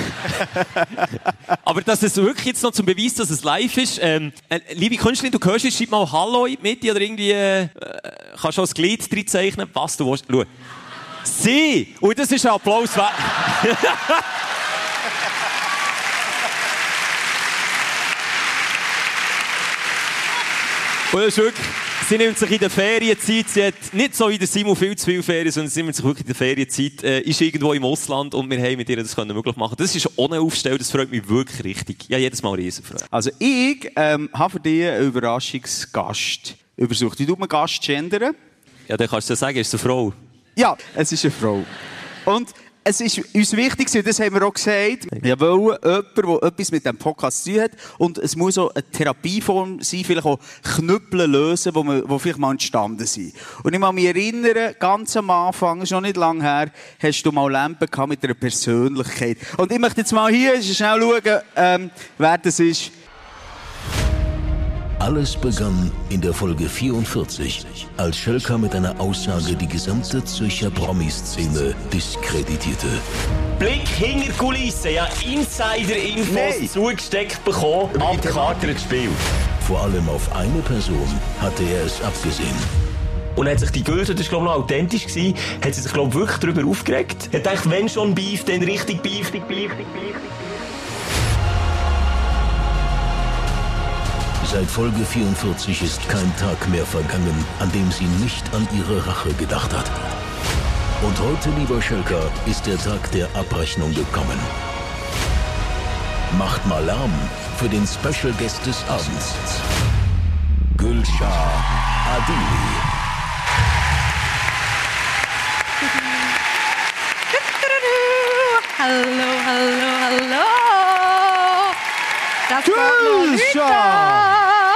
Aber dass es wirklich jetzt noch zum Beweis, dass es live ist. Ähm, äh, liebe Künstlerin, du hörst jetzt, schreib mal Hallo in die Mitte oder irgendwie, äh, kannst du auch das Glied drin zeichnen, was du willst. Schau. Sie! Und das ist ein Applaus wert. Und das ist wirklich, sie nimmt sich in der Ferienzeit, sie hat nicht so wie der Simon viel zu viel Ferien, sondern sie nimmt sich wirklich in der Ferienzeit, äh, ist irgendwo im Ausland und wir haben mit ihr das können möglich machen. Das ist ohne Aufstell, das freut mich wirklich richtig. Ja, jedes Mal riesen Freude. Also ich ähm, habe für dich einen Überraschungsgast übersucht. Wie tut man Gast gendern? Ja, dann kannst du ja sagen, ist es eine Frau? Ja, es ist eine Frau. Und es ist uns wichtig, das haben wir auch gesagt, wir wollen jemanden, der etwas mit diesem Podcast zu tun hat. Und es muss auch eine Therapieform sein, vielleicht auch Knüppel lösen, die wo, wo vielleicht mal entstanden sind. Und ich kann mich erinnern, ganz am Anfang, ist noch nicht lange her, hast du mal Lampen gehabt mit einer Persönlichkeit. Und ich möchte jetzt mal hier schnell schauen, ähm, wer das ist. Alles begann in der Folge vierundvierzig, als Schölker mit einer Aussage die gesamte Zürcher Promi-Szene diskreditierte. Blick hinter Kulissen, ja, Insider-Infos zugesteckt bekommen, abgekartet Spiel. Vor allem auf eine Person hatte er es abgesehen. Und hat sich die Gülse, das war glaube ich noch authentisch gewesen, hat sie sich glaube ich wirklich darüber aufgeregt. Hat gedacht, wenn schon Beef, dann richtig Beef, richtig Beef, richtig Beef. Seit Folge vierundvierzig ist kein Tag mehr vergangen, an dem sie nicht an ihre Rache gedacht hat. Und heute, lieber Schölker, ist der Tag der Abrechnung gekommen. Macht mal Lärm für den Special Guest des Abends. Gülşah Adili. Hallo, hallo, hallo. Das Gülşah.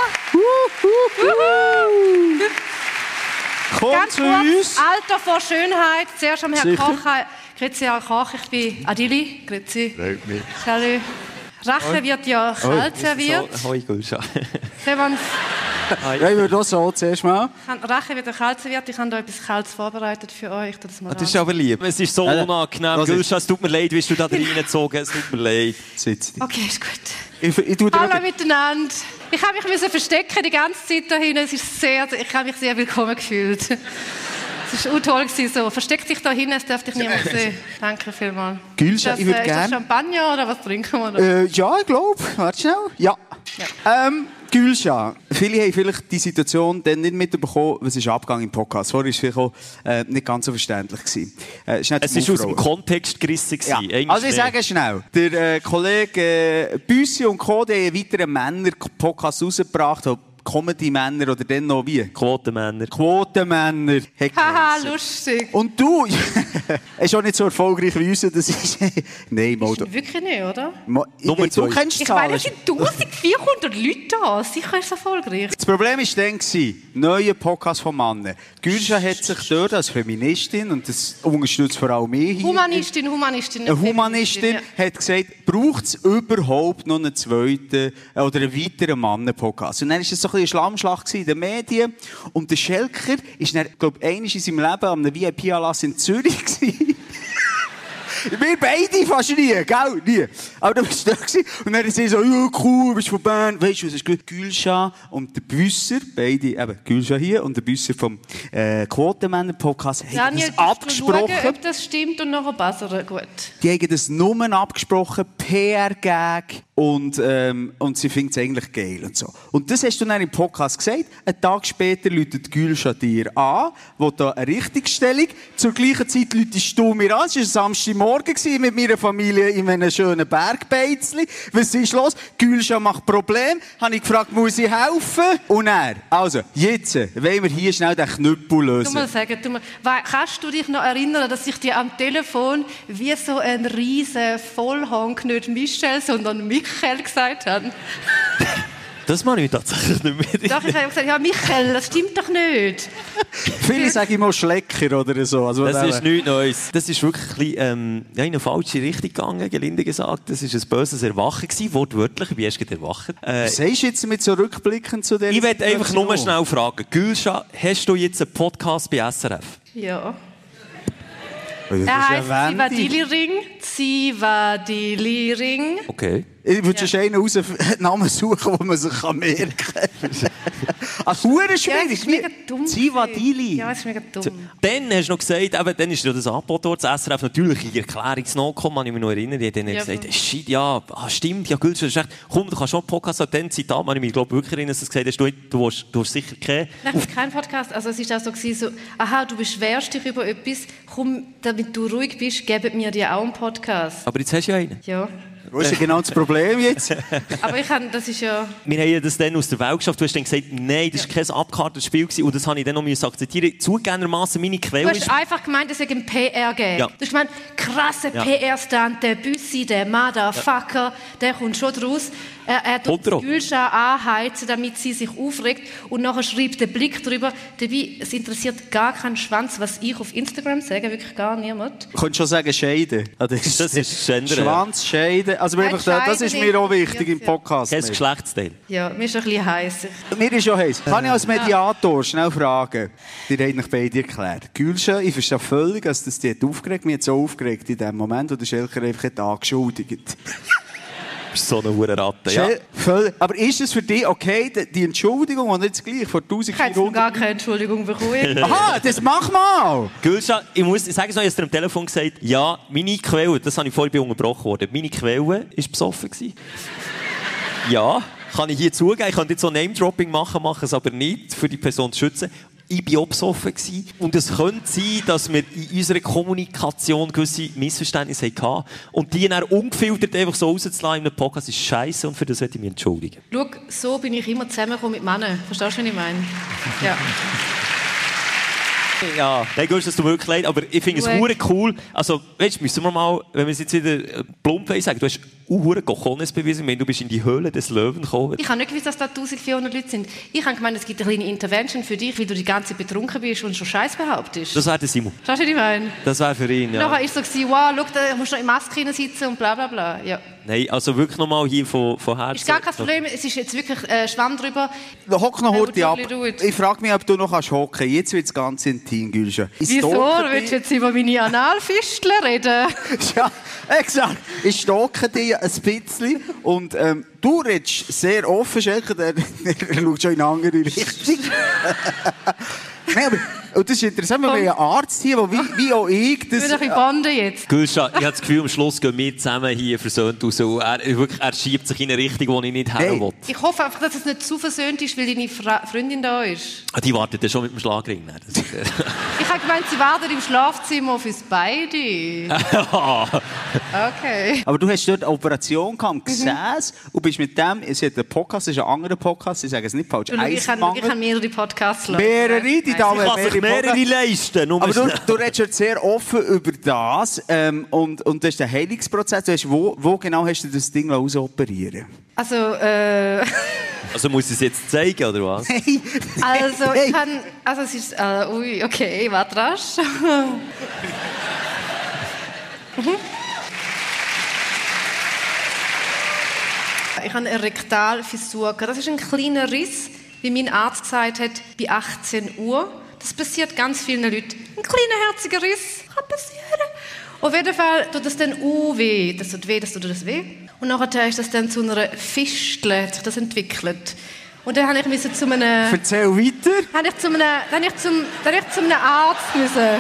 Komm Ganz zu kurz, uns. Alter vor Schönheit. Zuerst am Herrn Sicher. Koch. Grüezi, Herr Koch, ich bin Adili. Grüezi. Freut mich. Salut. Rache wird ja kalt serviert. Hoi, Gülşah. Sehen wir uns. Ja, ich würde auch so zuerst mal. Rache wird ja kalt serviert. Ich habe da etwas Kaltes vorbereitet für euch. Ich tue das mal Das ist an. aber lieb. Es ist so Ja, unangenehm. das ist- Gülşah, es tut mir leid, wie du da reingezogen hast. Es tut mir leid. Sitz. Okay, ist gut. Ich, ich tue dir Hallo miteinander. Ich habe mich müssen verstecken die ganze Zeit da hinten. Es ist sehr, ich habe mich sehr willkommen gefühlt. Es war auch toll. So. Versteck dich da hinten, es darf dich niemand sehen. Danke vielmals. Gülscha, das, ich würde äh, gerne... Ist das Champagner oder was trinken wir da? Äh, ja, ich glaube. Warte schnell. Ja. ja. Ähm, Gülscha, viele haben vielleicht die Situation dann nicht mitbekommen, was ist abgegangen im Podcast. Vorher war es vielleicht auch äh, nicht ganz so verständlich gewesen. Äh, es es war aus dem Kontext gerissen. Ja. Also ich sage schnell, der äh, Kollege äh, Büssi und Co. die haben einen weiteren Männer-Podcast rausgebracht, Comedy-Männer oder dann noch wie? Quotenmänner. Quotenmänner. Haha, lustig. Und du, ist auch nicht so erfolgreich wie uns, das ist... Nein, mal... Wirklich nicht, oder? Mo, Nummer ich, du zwei. kennst die Ich meine, Zahlen. es sind eintausendvierhundert Leute da. Sicher ist es erfolgreich. Das Problem war dann, neuer Podcast von Männern. Gülscha hat sich dort als Feministin, und das unterstützt vor allem mich hier... Humanistin, Humanistin. Eine Humanistin ja. hat gesagt, braucht es überhaupt noch einen zweiten äh, oder einen weiteren Mannen-Podcast? Und dann war es so ein bisschen eine Schlammschlacht in den Medien. Und der Schelker war dann, glaube ich, einmal in seinem Leben an einem V I P-Anlass in Zürich gewesen. Wir beide fast nie, gell? Nie. Aber da warst du da gewesen. Und dann sie so, ja, cool, bist von Bern. Weißt du, was ist gut? Gülscha und der Büsser, beide, eben, Gülscha hier und der Büsser vom äh, Quotenmänner-Podcast, haben Daniel, das abgesprochen. schauen, ob das stimmt und nachher buzzern. Gut. Die haben das nur abgesprochen, P R-Gag. Und, ähm, und sie findet es eigentlich geil und so. Und das hast du dann im Podcast gesagt. Einen Tag später läutet Gülscha dir an, wo da eine Richtigstellung. Zur gleichen Zeit läutest du mir an. Es war ein Samstagmorgen mit meiner Familie in einem schönen Bergbeizli. Was ist los? Gülscha macht Probleme. Habe ich gefragt, muss ich helfen? Und er. Also, jetzt wollen wir hier schnell den Knüppel lösen. Du mal sagen, du mal, kannst du dich noch erinnern, dass ich dir am Telefon wie so ein riesen Vollhonk, nicht Michel, sondern Michael gesagt habe? Das mache ich tatsächlich nicht mehr. Doch, ich habe gesagt, ja, Michael, das stimmt doch nicht. Viele sagen immer Schlecker oder so. Also, das ist nichts Neues. Das ist wirklich ein bisschen, ähm, ja, in eine falsche Richtung gegangen, gelinde gesagt. Das war ein böses Erwachen gewesen, wortwörtlich. Wie hast du erwacht? Äh, Was sagst du jetzt mit so Rückblicken zu der Ich möchte einfach nur schnell fragen. Gülscha, hast du jetzt einen Podcast bei S R F? Ja. Das Er ist heisst eine Wende. Zivadili-Ring. Zivadili-Ring. Okay. Ich würde Ja. schon einen raus einen Namen suchen, den man sich merken kann. Also, hure Ja, es schwierig. ist mega dumm. Zivadili. Ja, es ist mega dumm. Dann hast du noch gesagt, eben, dann ist dir das angeboten worden, das S R F natürlich in die Erklärungsnote gekommen, kann ich mich noch erinnern. Die hat dann Ja, gesagt, aber- shit, ja, ah, stimmt, ja, Gülscha, das ist echt, komm, du kannst schon einen Podcast haben. Dann, Zitat, kann ich mich, glaube wirklich erinnern, dass du gesagt hast, du, du, hast, du hast sicher keinen. Nein, ich habe keinen Podcast. Also es war auch so, gewesen, so, aha, du beschwerst dich über etwas, komm, damit du ruhig bist, geben wir dir auch einen Podcast. Aber jetzt hast du ja einen. Ja. Was ist denn genau das Problem jetzt? Aber ich habe, das ist ja... Wir haben ja das dann aus der Welt geschafft. Du hast dann gesagt, nein, das war kein abgekartetes Spiel gewesen. Und das habe ich dann noch akzeptieren. Zugegebenermaßen meine Du Quelle hast ist... einfach gemeint, es sei ein P R-Gag. Ja. Du hast gemeint, krasser Ja. P R-Stand, der Büssi, der Motherfucker, der kommt schon draus. Er, er Kommt tut drauf. Gülscha anheizen, damit sie sich aufregt. Und nachher schreibt der Blick drüber. Dabei, es interessiert gar keinen Schwanz, was ich auf Instagram sage, wirklich gar niemand. Ich könnte schon sagen, Scheiden. Ah, Das ist, Das ist Gender, ja. Schwanz, Scheiden. Also Nein, einfach, das ist Scheiden mir auch nicht. wichtig im Ja, Podcast. Kein Geschlechtsteil. Ja, mir ist ein bisschen heiß. Mir ist schon heiß. Kann ich als Mediator schnell fragen? Die haben euch beide erklärt. Gülscha, ich verstehe völlig, dass das die hat aufgeregt. Mir hat so aufgeregt in dem Moment, wo der Schelker einfach hat angeschuldigt. Du bist so eine Hurenratte, ja. Schel- völlig- Aber ist es für dich okay, die- die Entschuldigung, die jetzt gleich vor Ich habe jetzt noch vierzehnhundert... gar keine Entschuldigung bekommen. Aha, das mach mal! Gülscha, ich muss ich sage es noch, ich habe dir am Telefon gesagt, ja, meine Quelle, das habe ich vorhin bei unterbrochen worden, meine Quelle war besoffen gewesen. Ja, kann ich hier zugeben, ich könnte jetzt so Name-Dropping machen, mache es aber nicht, für die Person zu schützen. Ich war auch besoffen gewesen. Und es könnte sein, dass wir in unserer Kommunikation gewisse Missverständnisse hatten. Und die dann ungefiltert einfach so rauszulassen in einem Podcast ist scheiße und für das möchte ich mich entschuldigen. Schau, so bin ich immer zusammengekommen mit Männern. Verstehst du, was ich meine? Ja. Ja, nein, Gülscha, es tut mir wirklich leid, aber ich finde es Ruhig. hure cool. Also, weißt du, müssen wir mal, wenn wir es jetzt wieder äh, plump sagen, du hast auch hure Cojones bewiesen, wenn du bist in die Höhle des Löwen gekommen. Ich habe nicht gewusst, dass da eintausendvierhundert Leute sind. Ich habe gemeint, es gibt eine kleine Intervention für dich, weil du die ganze Zeit betrunken bist und schon Scheiß behauptest. Das wäre der Simon. Verstehst du, was ich meine? Das wäre für ihn, ja. Nachher war es so, gewesen, wow, schau, da musst du noch in Maske rein sitzen und bla bla bla. Ja. Nein, also wirklich nochmal hier von, von Herzen. Ist gar kein Problem, es ist jetzt wirklich äh, Schwamm drüber. Hock noch Ja, heute ab. do it. Ich frage mich, ob du noch hocken kannst. Jetzt wird es ganz intim, Gülscha. Ich Wieso? stalke Willst du dich- jetzt über meine Analfistel reden? Ja, exakt. Ich stalke dich ein bisschen und ähm, du redest sehr offen, Schelker, der, der schaut schon in eine andere Richtung. Nein, aber Und das ist interessant, wir haben einen Arzt hier, der wie, wie auch ich... Das, Ich bin bonden jetzt. Gülscha, ich habe das Gefühl, am Schluss gehen wir zusammen hier versöhnt raus. Er, wirklich, er schiebt sich in eine Richtung, die ich nicht Hey. her will. Ich hoffe einfach, dass es nicht zu versöhnt ist, weil deine Fra- Freundin da ist. Ah, die wartet ja schon mit dem Schlagring. Nein, das ist, äh, Ich habe gemeint, sie warten im Schlafzimmer auf uns beide. Okay. aber du hast dort eine Operation gehabt, am Gesäß, und bist mit dem, es hat einen Podcast, es ist ein anderer Podcast, ich sage es nicht falsch, Du, ich kann, Eisenmangel. ich kann mehrere Podcasts hören. Mehrere, die Dame kann hat sich mehrere mehrere leisten. Nur Aber du, schnell. du redest jetzt sehr offen über das ähm, und, und das ist der Heilungsprozess. Du hast, wo, wo genau hast du das Ding ausoperieren? Also, äh, Also muss ich es jetzt zeigen, oder was? Hey. also, Hey. ich kann, also es ist, äh, ui, okay, warte rasch. Mhm. Ich habe eine Rektalfissur. Das ist ein kleiner Riss, wie mein Arzt gesagt hat, bei achtzehn Uhr. Das passiert ganz vielen Leuten. Ein kleiner herziger Riss kann passieren. Auf jeden Fall tut das dann uh, weh. Das tut weh, das tut das weh. Und nachher ist das dann zu einer Fistel, hat sich das entwickelt. Und dann habe ich müssen zu einem... Erzähl weiter. Habe ich zu einem, dann habe ich zum, dann habe ich zu einem Arzt müssen.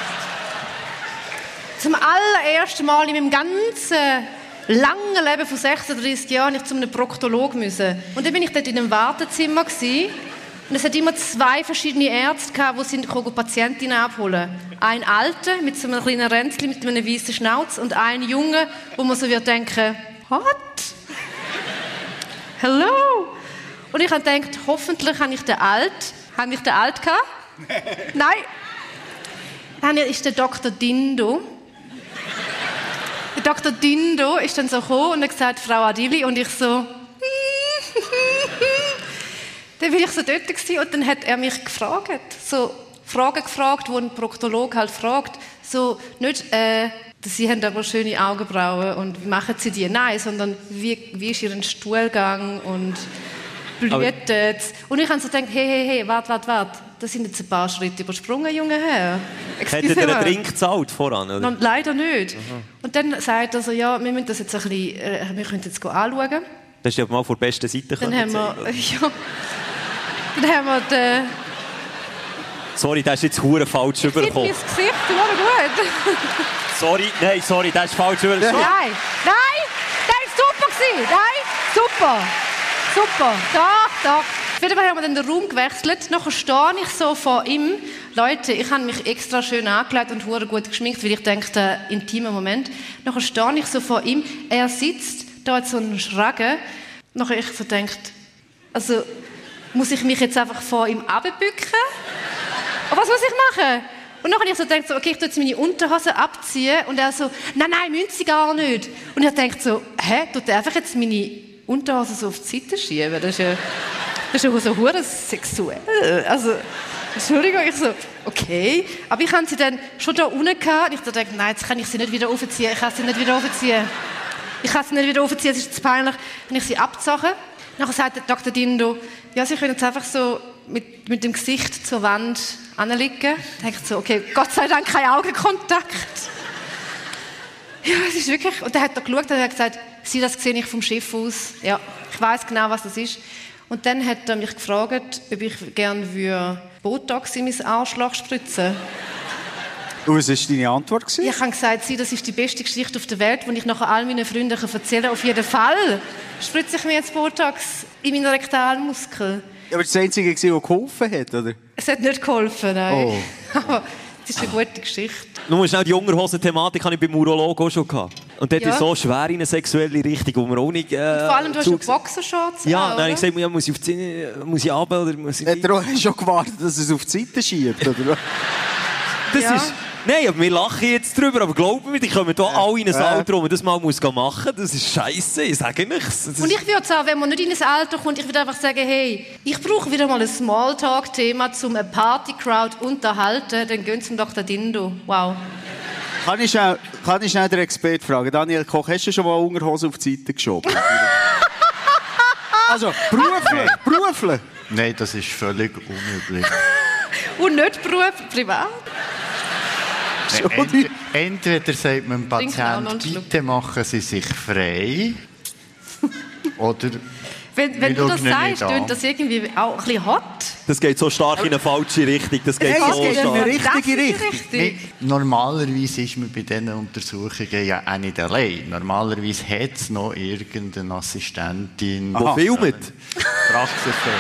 Zum allerersten Mal in meinem ganzen langen Leben von sechsunddreißig Jahren habe ich zu einem Proktologen müssen. Und dann bin ich dort in einem Wartezimmer gewesen. Und es hat immer zwei verschiedene Ärzte gehabt, die sind Patientinnen abholen. Ein Alter mit so einem kleinen Ränzchen mit einem weißen Schnauz und ein Junge, wo man so wird denken, what? Hello? Und ich habe gedacht, hoffentlich habe ich den Alt. Habe ich den Alt gehabt? Nein. Dann ist der Doktor Dindo. Der Doktor Dindo ist dann so gekommen und hat gesagt, Frau Adili, und ich so... Dann war ich so dort gewesen, und dann hat er mich gefragt, so Fragen gefragt, die ein Proktologe halt fragt, so nicht, äh, Sie haben aber schöne Augenbrauen und wie machen Sie die? Nein, sondern wie, wie ist Ihr Stuhlgang und blüht es? Und ich habe so gedacht, hey, hey, hey, warte, warte, warte, das sind jetzt ein paar Schritte übersprungen, junger Herr. Hättet ihr einen Drink gezahlt voran, oder? Nein, leider nicht. Mhm. Und dann sagt er so, ja, wir müssen das jetzt ein bisschen, äh, wir können jetzt anschauen. Das ist ja mal von der besten Seite. Dann haben wir, ja, dann haben wir den... Sorry, das ist jetzt hure falsch Sieht mein übergekommen. Gesicht, gut. Sorry, nein, sorry, das ist falsch übergekommen. Nein, nein, das war super gewesen. Nein, super, super. Doch, doch. Auf jeden Fall haben wir dann den Raum gewechselt. Nachher stehe ich so vor ihm. Leute, ich habe mich extra schön angelegt und hure gut geschminkt, weil ich denke, der intime Moment. Nachher stehe ich so vor ihm. Er sitzt, da hat so einen Schragen. Nachher ich so denkt, also muss ich mich jetzt einfach vor ihm runterbücken? Und was muss ich machen? Und dann habe ich so gedacht, so, okay, ich tue jetzt meine Unterhose abziehen. Und er so, nein, nein, müssen Sie gar nicht. Und ich denke so, hä, tut er einfach jetzt meine Unterhose so auf die Seite schieben? Das ist ja, das ist ja so hure sexuell. Also, Entschuldigung, ich so, okay. Aber ich habe sie dann schon da unten gehabt. Und ich dachte, nein, jetzt kann ich sie nicht wieder aufziehen. Ich kann sie nicht wieder aufziehen. Ich kann sie nicht wieder aufziehen, es ist zu peinlich. Dann habe ich sie abgezogen. Nachher sagt der Doktor Dindo, ja, Sie können jetzt einfach so mit, mit dem Gesicht zur Wand anliegen. Da denke ich so, okay, Gott sei Dank kein Augenkontakt. Ja, es ist wirklich... Und dann hat er geschaut und hat gesagt, Sie, das sehe ich vom Schiff aus. Ja, ich weiss genau, was das ist. Und dann hat er mich gefragt, ob ich gerne würde Botox in mein Arschloch spritzen. Und was war deine Antwort? Ich habe gesagt, Sie, das ist die beste Geschichte auf der Welt, die ich nachher all meinen Freunden erzählen kann. Auf jeden Fall spritze ich mir jetzt Botox in meinen Rektalmuskel. Aber das Einzige, was geholfen hat, oder? Es hat nicht geholfen, nein. Oh. Aber es ist eine gute Geschichte. Nur schnell die Unterhosen-Thematik hatte ich beim Urologen auch schon gehabt. Und dort Ja. ist so schwer in eine sexuelle Richtung, wo man auch nicht... Äh, Vor allem, du hast zu- ja Boxershorts. Ja, auch, dann habe ich oder? gesagt, ja, muss ich auf die Zähne, muss ich runter oder muss ich... Hat er auch schon gewartet, dass er es auf die Seite schiebt, oder? Das Ja. ist... Nein, aber wir lachen jetzt drüber, aber glaubt mir, die kommen hier alle in ein Alter, wo man das mal muss machen muss. Das ist scheisse, ich sage nichts. Das Und ist- ich würde sagen, wenn man nicht in ein Alter kommt, ich würde einfach sagen, hey, ich brauche wieder mal ein Smalltalk-Thema, um eine Party-Crowd unterhalten, dann gehen zum Doktor Dindo. Wow. Kann ich schnell, kann ich schnell den Experten fragen? Daniel Koch, hast du schon mal Unterhose auf die Seite geschoben? Also, beruflich, beruflich. Nein, das ist völlig unüblich. Und nicht Beruf, privat. Ent, entweder sagt man dem Trinken auch noch einen Patient, Schluck. bitte machen Sie sich frei. Oder Wenn, wenn Wir du das schauen ihn sagst, nicht an. klingt das irgendwie auch ein bisschen hot. Das geht so stark in eine falsche Richtung. Das geht Hey, so es geht in stark. eine richtige Das ist Richtung. richtig. Nee, normalerweise ist man bei diesen Untersuchungen ja auch nicht allein. Normalerweise hat es noch irgendeine Assistentin, Aha. Die filmt. Praxisfähig.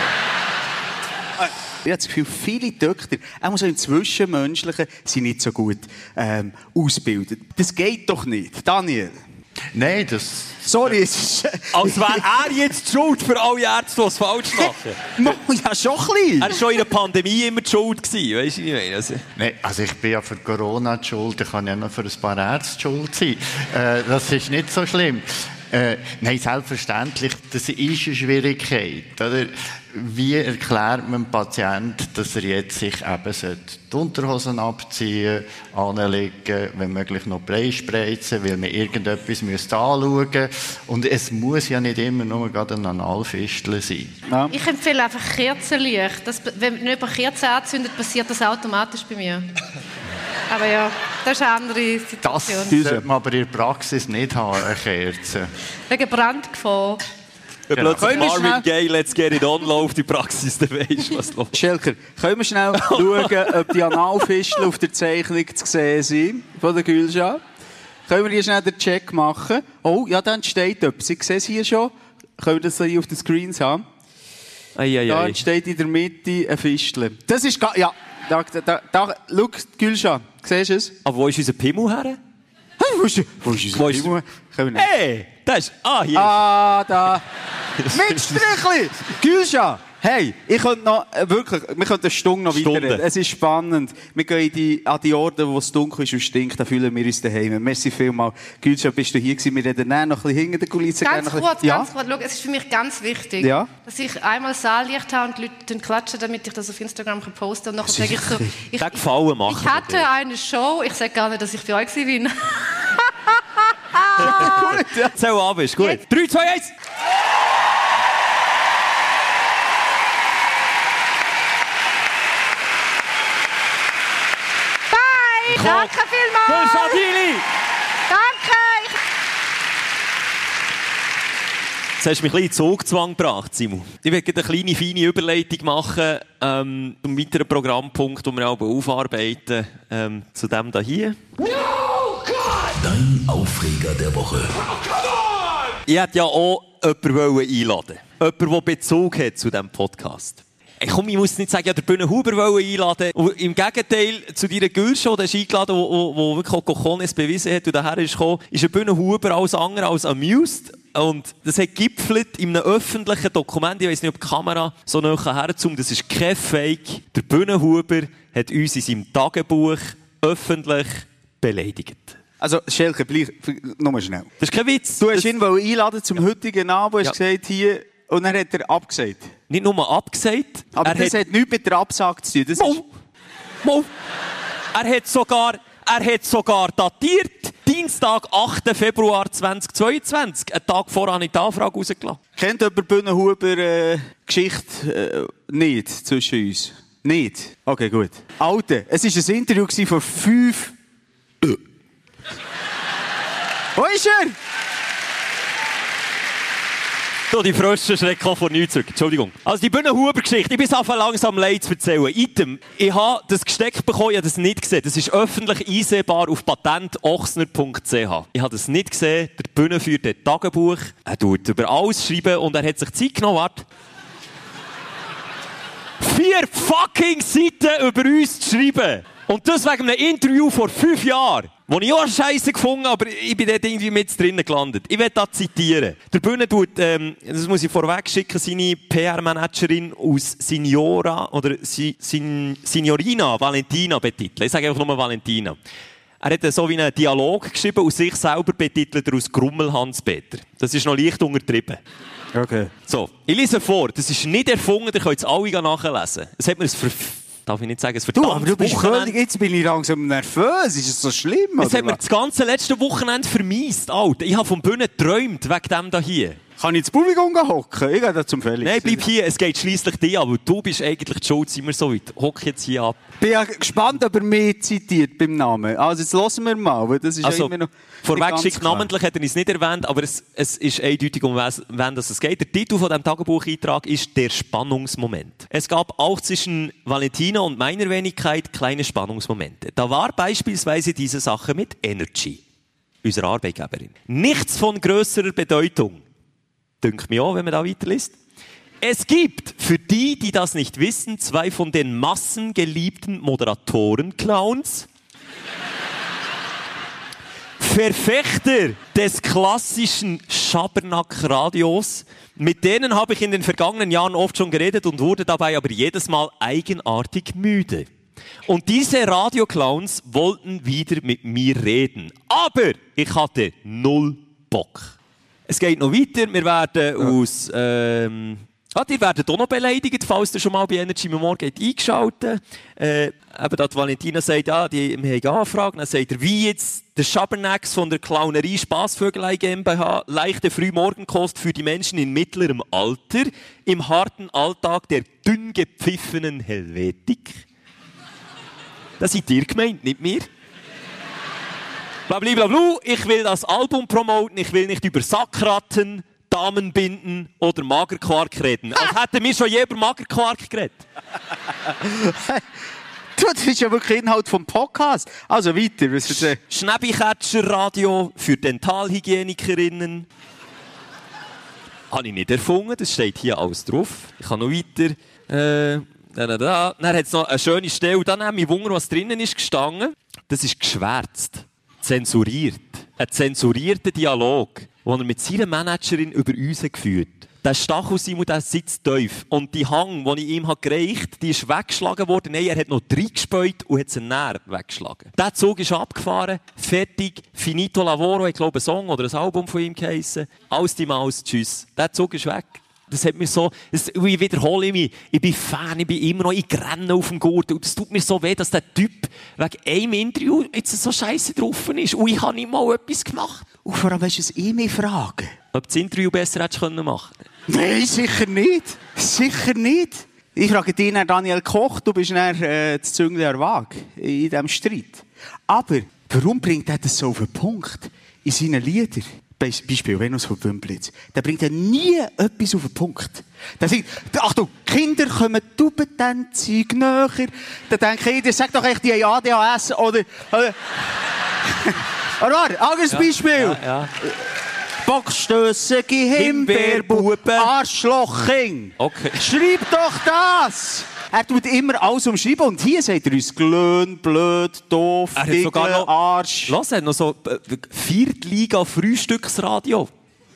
Ich habe das Gefühl, viele Doktor, auch so im Zwischenmenschlichen, sind nicht so gut ähm, ausgebildet. Das geht doch nicht, Daniel. Nein, das... Sorry, es ist... Als wäre er jetzt die Schuld für alle Ärzte, die es falsch machen. Ja, schon ein bisschen. Er war schon in der Pandemie immer die Schuld gewesen, weißt du, wie ich meine? Also, Nein, also ich bin ja für Corona die Schuld, ich kann ja noch für ein paar Ärzte die Schuld sein. Äh, das ist nicht so schlimm. Äh, nein, selbstverständlich, das ist eine Schwierigkeit. Oder? Wie erklärt man dem Patienten, dass er jetzt sich eben die Unterhosen abziehen, anlegen, wenn möglich noch Brei spreizen, weil man irgendetwas müsste anschauen müsste. Und es muss ja nicht immer nur gerade ein Analfistel sein. Ja. Ich empfehle einfach Kerzenlicht. Das, wenn jemand Kerzen anzündet, passiert das automatisch bei mir. Aber ja, das ist eine andere Das Situation. sollte man aber in der Praxis nicht haben, eine Kerze. Wegen Brandgefahr. wenn Genau. plötzlich Können wir Marvin schnell- Gaye, Let's Get It On läuft, die Praxis, dann weisst du, was los ist. Schelker, können wir schnell schauen, ob die Analfistel auf der Zeichnung zu sehen sind, von der Gülscha? Können wir hier schnell den Check machen? Oh, ja, da entsteht etwas. Ich sehe es hier schon. Können wir das hier auf den Screens haben? Ei, ei, Da ei. entsteht in der Mitte ein Fistel. Das ist... ga- Ja, da, da, da, da schau, Gülscha, siehst du es? Aber wo ist unser Pimmel her? Hey, wo ist, wo ist unser Wo ist- Pimmel? Können wir nicht. Hey, das ist... Ah, hier. Ah, da. Mit Strichli! Gülscha! Hey, ich könnte noch, äh, wirklich, wir könnten eine Stunde noch Stunde. weiterreden. Es ist spannend. Wir gehen in die, an die Orte, wo es dunkel ist und stinkt, da fühlen wir uns daheim. Merci vielmals. Gülscha, bist du hier gewesen? Wir reden dann noch ein bisschen hinter den Kulissen. Ganz gerne noch kurz, ein bisschen- ganz kurz. Schau, es ist für mich ganz wichtig, Ja. dass ich einmal Saallicht habe und die Leute dann klatschen, damit ich das auf Instagram kann posten und nachher sage ich so, ich, Den Gefallen machen ich wir hatte dir. eine Show, ich sage gar nicht, dass ich bei euch bin. Gut, ja. Zähl ab, ist gut. Jetzt. drei, zwei, eins. Bye! Danke vielmals! Gülscha Dili! Danke! Ich Jetzt hast du mich ein bisschen in Zugzwang gebracht, Simon. Ich werde eine kleine, feine Überleitung machen ähm, zum weiteren Programmpunkt, den wir auch aufarbeiten. Ähm, zu dem da hier. Dein Aufreger der Woche. Ich hätte ja auch jemanden einladen wollen. Jemanden, der Bezug hat zu diesem Podcast. Ey, komm, ich muss nicht sagen, ich wollte den Bühne Huber einladen. Und im Gegenteil zu deiner Gülscha, der ist eingeladen, wo, wo, wo wirklich auch Cojones bewiesen hat und daher ist gekommen, ist ein Bühne Huber alles andere als amused. Und das hat gipfelt in einem öffentlichen Dokument. Ich weiss nicht, ob die Kamera so nah herzoomt. Das ist kein Fake. Der Bühne Huber hat uns in seinem Tagebuch öffentlich beleidigt. Also, Schelker, bleib, nochmal schnell. Das ist kein Witz. Du hast das ihn einladen zum heutigen Abend, hast Ja. gesagt, hier, und dann hat er abgesagt. nicht nur abgesagt, Aber er das hat hat nichts mit der Absage zu tun. Das Mo. ist, Mo. Er hat sogar, er hat sogar datiert. Dienstag, achter Februar zweitausendzweiundzwanzig. Einen Tag vorher habe ich die Anfrage rausgelassen. kennt jemand Bühnenhuber äh, Geschichte äh, nicht zwischen uns? Nicht? Okay, gut. Alte, es war ein Interview gewesen von fünf... Wo ist er? Du, die Frösche schrecken auch vor nichts zurück. Entschuldigung. Also die Bühnenhuber-Geschichte, ich bin es einfach langsam leid zu erzählen. Item, ich habe das Gesteck bekommen, ich habe das nicht gesehen. Das ist öffentlich einsehbar auf patent ochsner punkt c h. Ich habe das nicht gesehen. Der Bühnenführer hat Tagebuch. Er tut über alles schreiben und er hat sich Zeit genommen. Warte. Vier fucking Seiten über uns zu schreiben. Und das wegen einem Interview vor fünf Jahren. Wo ich auch Scheiße gefunden habe, aber ich bin dort irgendwie mit drinnen gelandet. Ich will da zitieren. Der Bühne tut, ähm, das muss ich vorweg schicken, seine P R-Managerin aus Signora, oder si, sin, Signorina Valentina betitelt. Ich sage einfach nur Valentina. Er hat so wie einen Dialog geschrieben und sich selber betitelt er aus Grummel Hans-Peter. Das ist noch leicht untertrieben. Okay. So, ich lese vor. Das ist nicht erfunden, ihr könnt es alle nachlesen. Es hat mir ein Ver Darf ich nicht sagen, es Du, aber verdammtes du bist Wochenende- völlig... Jetzt bin ich langsam nervös. Ist es so schlimm? Es oder hat mir was? das ganze letzte Wochenende vermisst, Alter. Ich habe vom Bühnen geträumt, wegen dem da hier. Kann ich ins Publikum hocken? Ich gehe da zum Felix. Nein, bleib hier, es geht schliesslich dir, aber du bist eigentlich die Schuld, sind wir so weit. Hock jetzt hier ab. Ich bin ja gespannt, ob er mich zitiert beim Namen. Also jetzt hören wir mal, weil das ist Also, ja immer noch vorweg schickt, namentlich hat er uns nicht erwähnt, aber es, es ist eindeutig, um wen es geht. Der Titel von diesem Tagebucheintrag ist «Der Spannungsmoment». Es gab auch zwischen Valentina und meiner Wenigkeit kleine Spannungsmomente. Da war beispielsweise diese Sache mit Energy, unserer Arbeitgeberin. Nichts von grösserer Bedeutung. Dünkt mir auch, wenn man da weiterliest. Es gibt, für die, die das nicht wissen, zwei von den massengeliebten Moderatoren-Clowns. Verfechter des klassischen Schabernack-Radios. Mit denen habe ich in den vergangenen Jahren oft schon geredet und wurde dabei aber jedes Mal eigenartig müde. Und diese Radioclowns wollten wieder mit mir reden. Aber ich hatte null Bock. Es geht noch weiter. Wir werden ja. aus... Ähm, ah, ihr werdet auch noch beleidigt, falls ihr schon mal bei Energy Morgen eingeschaltet habt. Äh, eben, da die Valentina sagt, ja, die, wir haben Anfragen. Dann sagt er, wie jetzt der Schabernacks von der Clownerie Spassvögelei GmbH, leichte Frühmorgenkost für die Menschen in mittlerem Alter, im harten Alltag der dünn gepfiffenen Helvetik. Das seid ihr gemeint, nicht mir. Blablabla, ich will das Album promoten, ich will nicht über Sackratten, Damenbinden oder Magerquark reden. Als hätte mir schon jeder Magerquark geredet. Du, das ist ja wirklich Inhalt vom Podcast. Also weiter. Sch- Schnäbichatcher-Radio für Dentalhygienikerinnen. Habe ich nicht erfunden, das steht hier alles drauf. Ich kann noch weiter. Äh, da, da, da. Dann hat es noch eine schöne Stelle. Dann habe ich Wunder, was drinnen ist gestanden. Das ist geschwärzt. Zensuriert. Ein zensurierter Dialog, den er mit seiner Managerin über uns geführt hat. Der Stachelsimon, der sitzt tief. Und die Hang, die ich ihm gereicht habe, die ist weggeschlagen worden. Nein, er hat noch reingespäut und hat sie näher weggeschlagen. Der Zug ist abgefahren. Fertig. Finito Lavoro. Ich glaube, ein Song oder ein Album von ihm geheissen. Aus die Maus. Tschüss. Der Zug ist weg. Das hat mir so, das, ich wiederhole mich, ich bin Fan, ich bin immer noch, ich renne auf dem Gurten. Und es tut mir so weh, dass der Typ wegen einem Interview jetzt so scheiße drauf ist. Und ich habe nicht mal etwas gemacht. Und vor allem, weißt du, was ich mich frage? Ob du das Interview besser hättest können machen können? Nein, sicher nicht. Sicher nicht. Ich frage dich, Daniel Koch, du bist dann, äh, das Züngli der Waage in diesem Streit. Aber warum bringt er das so auf den Punkt in seinen Liedern? Beispiel Venus von Bümplitz. Der bringt ja nie etwas auf den Punkt. Der sagt, Achtung, Kinder kommen Tubentänzig näher. Dann denke ich, der sagt doch echt, die haben A D H S oder... oder oder, anderes Beispiel. Ja, ja. Bockstösse, Himbeerbuben, Arschlochking. Okay. Schreib doch das! Er tut immer alles umschreiben und hier sagt er uns glöhn, blöd, doof, Diggel, Arsch. Lass, er hat noch so äh, Viertliga-Frühstücksradio.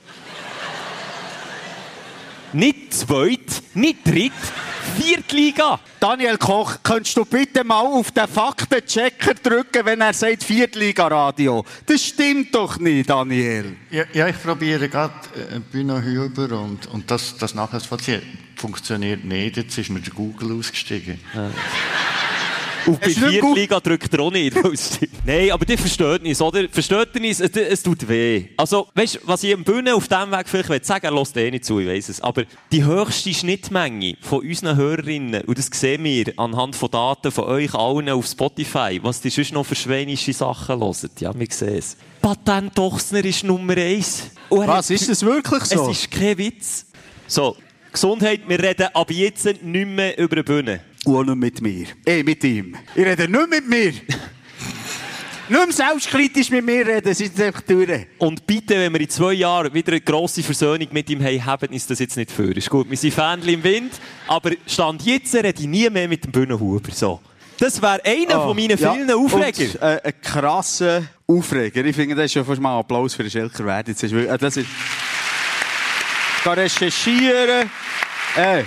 Nicht zweit, nicht dritt, Viertliga. Daniel Koch, könntest du bitte mal auf den Faktenchecker drücken, wenn er sagt Viertliga-Radio? Das stimmt doch nicht, Daniel. Ja, ja ich probiere gerade äh, Bühne Hüber und, und das, das nachher funktioniert nicht. Jetzt ist mir der Google ausgestiegen. Ja. Und bei Viertliga drückt er auch nicht. Nein, aber die versteht nicht, oder? Versteht ihr nicht? Es, es tut weh. Also, weißt du, was ich im Bühne auf diesem Weg vielleicht sagen will, er hört eh nicht zu, ich weiss es. Aber die höchste Schnittmenge von unseren Hörerinnen, und das sehen wir anhand von Daten von euch allen auf Spotify, was die sonst noch für schweinische Sachen hören. Ja, wir sehen es. Patent Ochsner ist Nummer eins. Was, ist das wirklich so? Es ist kein Witz. So, Gesundheit, wir reden ab jetzt nicht mehr über die Bühne. Und auch nicht mit mir. Eh, mit ihm. Ich rede nicht mit mir. Nicht mehr selbstkritisch mit mir reden, sind einfach durch. Und bitte, wenn wir in zwei Jahren wieder eine grosse Versöhnung mit ihm haben, haben uns das jetzt nicht für. Ist gut, wir sind Fähnchen im Wind, aber Stand jetzt rede ich nie mehr mit dem Bühnenhuber. So. Das wäre einer oh, von meinen ja. vielen Aufreger. Und, äh, ein krasser Aufreger. Ich finde, das ist schon fast mal ein Applaus für den Schelker Wert. Jetzt ist wirklich, äh, das ist... Ich kann recherchieren. Äh.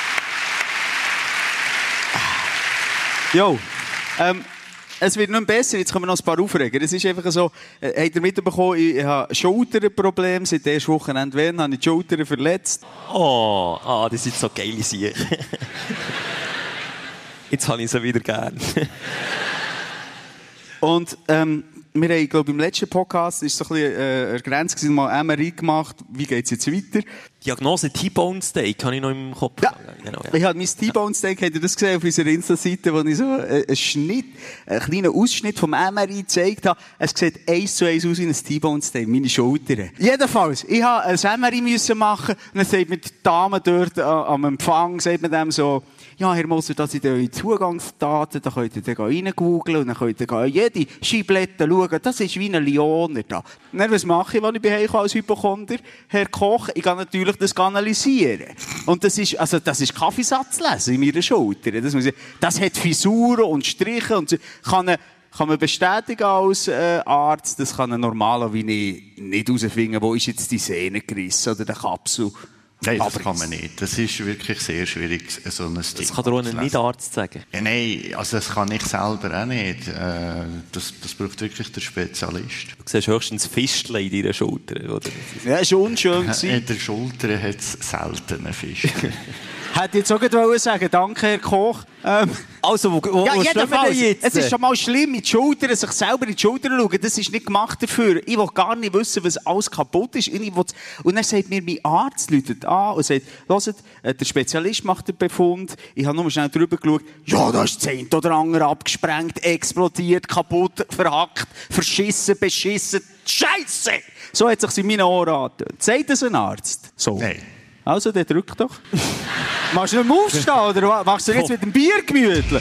Jo, ähm, es wird nicht besser, jetzt kommen noch ein paar Aufreger. Es ist einfach so, äh, habt ihr mitbekommen, ich, ich habe Schulterprobleme, seit der ersten Wochenende werden, habe ich die Schulter verletzt. Oh, ah, das sind so geile Sachen. Jetzt habe ich sie wieder gern. Und, ähm, wir haben, glaube ich, im letzten Podcast ist so ein bisschen äh, eine Grenze gewesen, mal M R I gemacht. Wie geht's jetzt weiter? Diagnose T-Bone Steak habe ich noch im Kopf. Ja, genau, ja. Ich habe mein T-Bone Steak, habt ihr das gesehen auf unserer Insta-Seite, wo ich so einen Schnitt, einen kleinen Ausschnitt vom M R I gezeigt habe. Es sieht eins zu eins aus wie ein T-Bone Steak, meine Schultern. Jedenfalls, ich habe ein M R I müssen machen und dann sagt mir die Dame dort am Empfang, sagt mir dem so, ja, Herr Moser, das sind eure Zugangsdaten, da könnt ihr dann reingoogeln und dann könnt ihr jede Scheiblette schauen, das ist wie ein Lioner da. Und dann, was mache ich, wenn ich bei Hause als Hypochonder? Herr Koch, ich kann natürlich das analysieren. Und das ist, also, das ist Kaffeesatzlesen in meiner Schulter. Das, muss ich, das hat Fissuren und Striche und so. Kann, eine, kann man bestätigen als äh, Arzt, das kann ein normaler wie ich nicht herausfinden, wo ist jetzt die Sehne gerissen oder der Kapsel. Nein, das kann man nicht. Das ist wirklich sehr schwierig, so ein Ding. Das kann dir auch ein Nicht-Arzt sagen. Ja, nein, also das kann ich selber auch nicht. Äh, das, das braucht wirklich der Spezialist. Du siehst höchstens Fisteln in deiner Schulter, oder? Ja, ist unschön gewesen. In der Schulter hat es selten einen Fisch. Hätte jetzt auch gerade sagen, danke, Herr Koch. Ähm, also, wo, wo, ja, wo stehen wir denn jetzt? Es ist schon mal schlimm, in die Schultern, sich selber in die Schultern schauen. Das ist nicht gemacht dafür. Ich will gar nicht wissen, was alles kaputt ist. Ich will... Und dann sagt mir mein Arzt, läutet an und sagt, hört, der Spezialist macht den Befund. Ich habe nur schnell drüber geschaut. Ja, da ist das eine oder andere abgesprengt, explodiert, kaputt, verhackt, verschissen, beschissen. Scheisse! So hat es sich in meinen Ohren angetönt. Sagt das ein Arzt? So. Nein. Also, der drückt doch. Machst du nicht mehr aufstehen, oder machst du jetzt mit dem Bier gemütlich?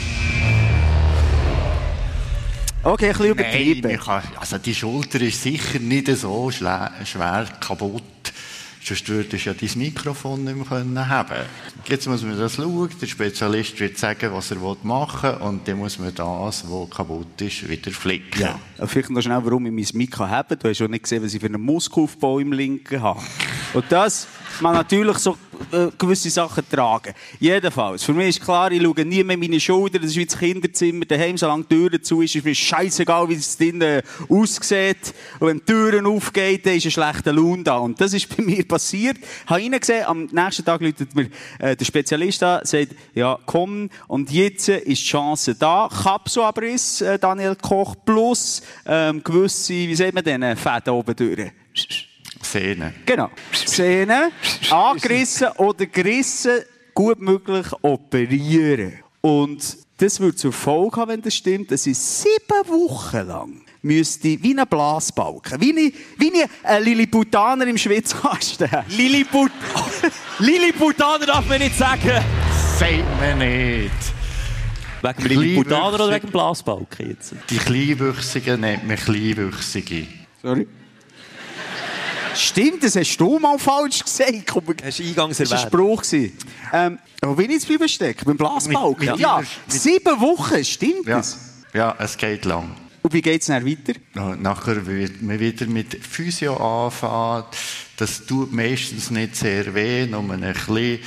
Okay, ein bisschen übertrieben. Nein, kann, also die Schulter ist sicher nicht so schwer kaputt. Sonst würdest du ja dein Mikrofon nicht mehr haben können. Jetzt muss man das schauen. Der Spezialist wird sagen, was er machen will. Und dann muss man das, was kaputt ist, wieder flicken. Ja. Vielleicht noch schnell, warum ich mein Mikro habe. Du hast schon nicht gesehen, was ich für einen Muskelaufbau im Linken habe. Und das man natürlich so äh, gewisse Sachen tragen. Jedenfalls, für mich ist klar, ich schaue nie mehr meine Schulter. Das ist wie das Kinderzimmer daheim. Solange die Tür zu ist, ist mir scheißegal, wie es drinnen aussieht. Und wenn die Türen aufgehen, dann ist ein schlechter Laune da. Und das ist bei mir passiert. Ich habe reingesehen, am nächsten Tag läutet mir äh, der Spezialist an, sagt, ja, komm, und jetzt ist die Chance da. Kapselabriss, äh, Daniel Koch, plus ähm, gewisse, wie sagt man denn, Fäden oben durch. Sehne. Genau. Sehne, angerissen oder gerissen, gut möglich operieren. Und das würde zur Folge haben, wenn das stimmt, dass ich sieben Wochen lang müsste wie ein Blasbalken, wie eine, wie eine Lilliputaner im Schwitzkasten. Lilliput Lilliputaner darf man nicht sagen. Sagt man nicht. Wegen dem Lilliputaner oder wegen dem Blasbalken jetzt? Die Kleinwüchsigen nennt man Kleinwüchsige. Sorry. Stimmt, das hast du mal falsch gesagt. Hast du eingangs erwähnt. Das war ein Spruch. Ähm, wo bin ich jetzt beim Besteck? Beim Blasbalken? Mit, mit ja, mit sieben Wochen, stimmt ja. das? Ja, es geht lang. Und wie geht es dann weiter? Nachher wird man wieder mit Physio anfangen. Das tut meistens nicht sehr weh, nur ein bisschen.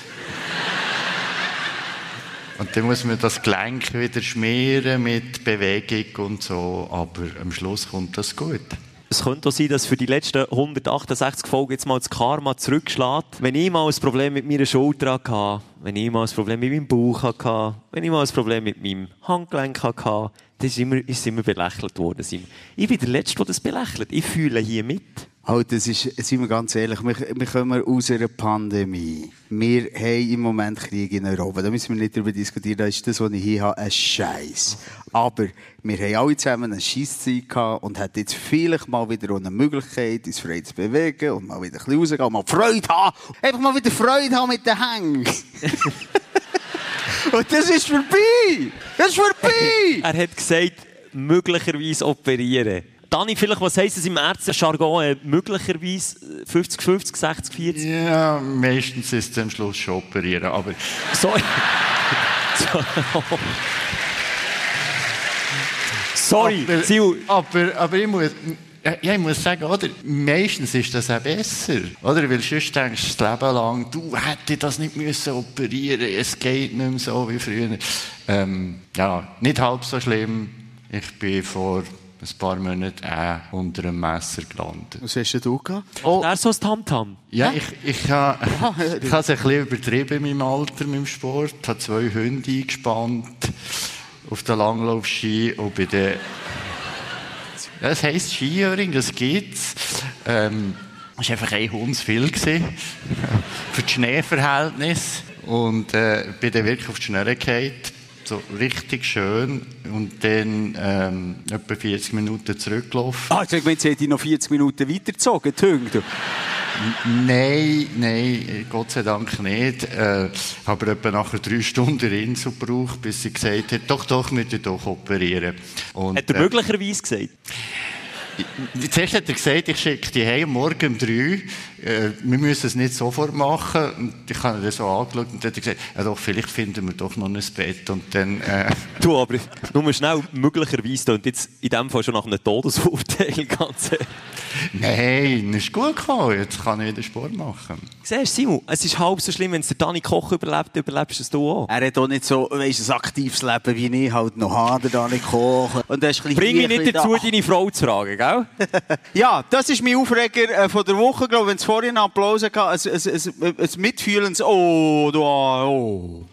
Und dann muss man das Gelenk wieder schmieren mit Bewegung und so. Aber am Schluss kommt das gut. Es könnte auch sein, dass für die letzten hundertachtundsechzig Folgen jetzt mal das Karma zurückschlägt. Wenn ich mal ein Problem mit meiner Schulter hatte, wenn ich mal ein Problem mit meinem Bauch hatte, wenn ich mal ein Problem mit meinem Handgelenk hatte, dann ist immer, ist immer belächelt worden. Ich bin der Letzte, der das belächelt. Ich fühle hier mit. Halt, das ist, sind wir ganz ehrlich, wir, wir kommen aus einer Pandemie. Wir haben im Moment Krieg in Europa. Da müssen wir nicht darüber diskutieren, das ist das, was ich hier habe, ein Scheiß. Aber wir haben alle zusammen eine Scheisszeit gehabt und haben jetzt vielleicht mal wieder eine Möglichkeit, uns frei zu bewegen und mal wieder ein bisschen rausgehen, mal Freude haben. Einfach mal wieder Freude haben mit den Hängen. Und das ist vorbei! Das ist vorbei! Er hat gesagt, möglicherweise operieren. Dani, vielleicht, was heisst es im Ärztejargon? Äh, möglicherweise fünfzig fünfzig, sechzig vierzig? Ja, meistens ist es am Schluss schon operieren, aber... Sorry. Sorry, aber, aber, aber ich muss... Ja, ich muss sagen, oder? Meistens ist das auch besser. Oder? Weil sonst denkst du das Leben lang, du hättest das nicht müssen operieren, es geht nicht mehr so wie früher. Ähm, ja, nicht halb so schlimm. Ich bin vor ein paar Monaten auch unter einem Messer gelandet. Was hast du gehabt? Oh, er ist so ein Tamtam. Ja, ich, ich habe ich ha es ein bisschen übertrieben in meinem Alter, mit dem Sport. Ich habe zwei Hunde eingespannt auf den Langlaufski und bei der... Das heisst Skiöring, das gibt's. Ähm, das war einfach ein Hund zu viel gewesen, für das Schneeverhältnis. Und äh, bin dann wirklich auf die Schnelle gefallen, so richtig schön. Und dann ähm, etwa vierzig Minuten zurückgelaufen. Ah, ich meine, sie hätte noch vierzig Minuten weitergezogen, N- Nein, nein, Gott sei Dank nicht. Äh, aber etwa nachher drei Stunden Insel gebraucht, bis sie gesagt hat, doch, doch, wir müssen doch operieren. Und, Hat er äh, möglicherweise gesagt? Zuerst hat er gesagt, ich schicke dich heim, morgen um drei. Äh, wir müssen es nicht sofort machen. Und ich habe ihn dann so angeschaut und dann hat er gesagt, ja doch, vielleicht finden wir doch noch ein Bett. Und dann... Äh, Du, aber nur schnell, möglicherweise und jetzt in dem Fall schon nach einem Todesurteil. Ganz Nein, es ist gut gekommen. Jetzt kann ich wieder Sport machen. Siehst du, Simon, es ist halb so schlimm, wenn es der Dani Koch überlebt, überlebst es du auch. Er hat auch nicht so weißt, ein aktives Leben wie ich halt noch habe, da nicht kochen. Und das ist ein Bring mich hier, nicht ein dazu, da. deine Frau zu fragen, gell? Ja, das ist mein Aufreger äh, von der Woche, glaube ich. Wenn es vorhin einen Applaus gab, ein, ein, ein, ein mitfühlendes Oh, du, oh.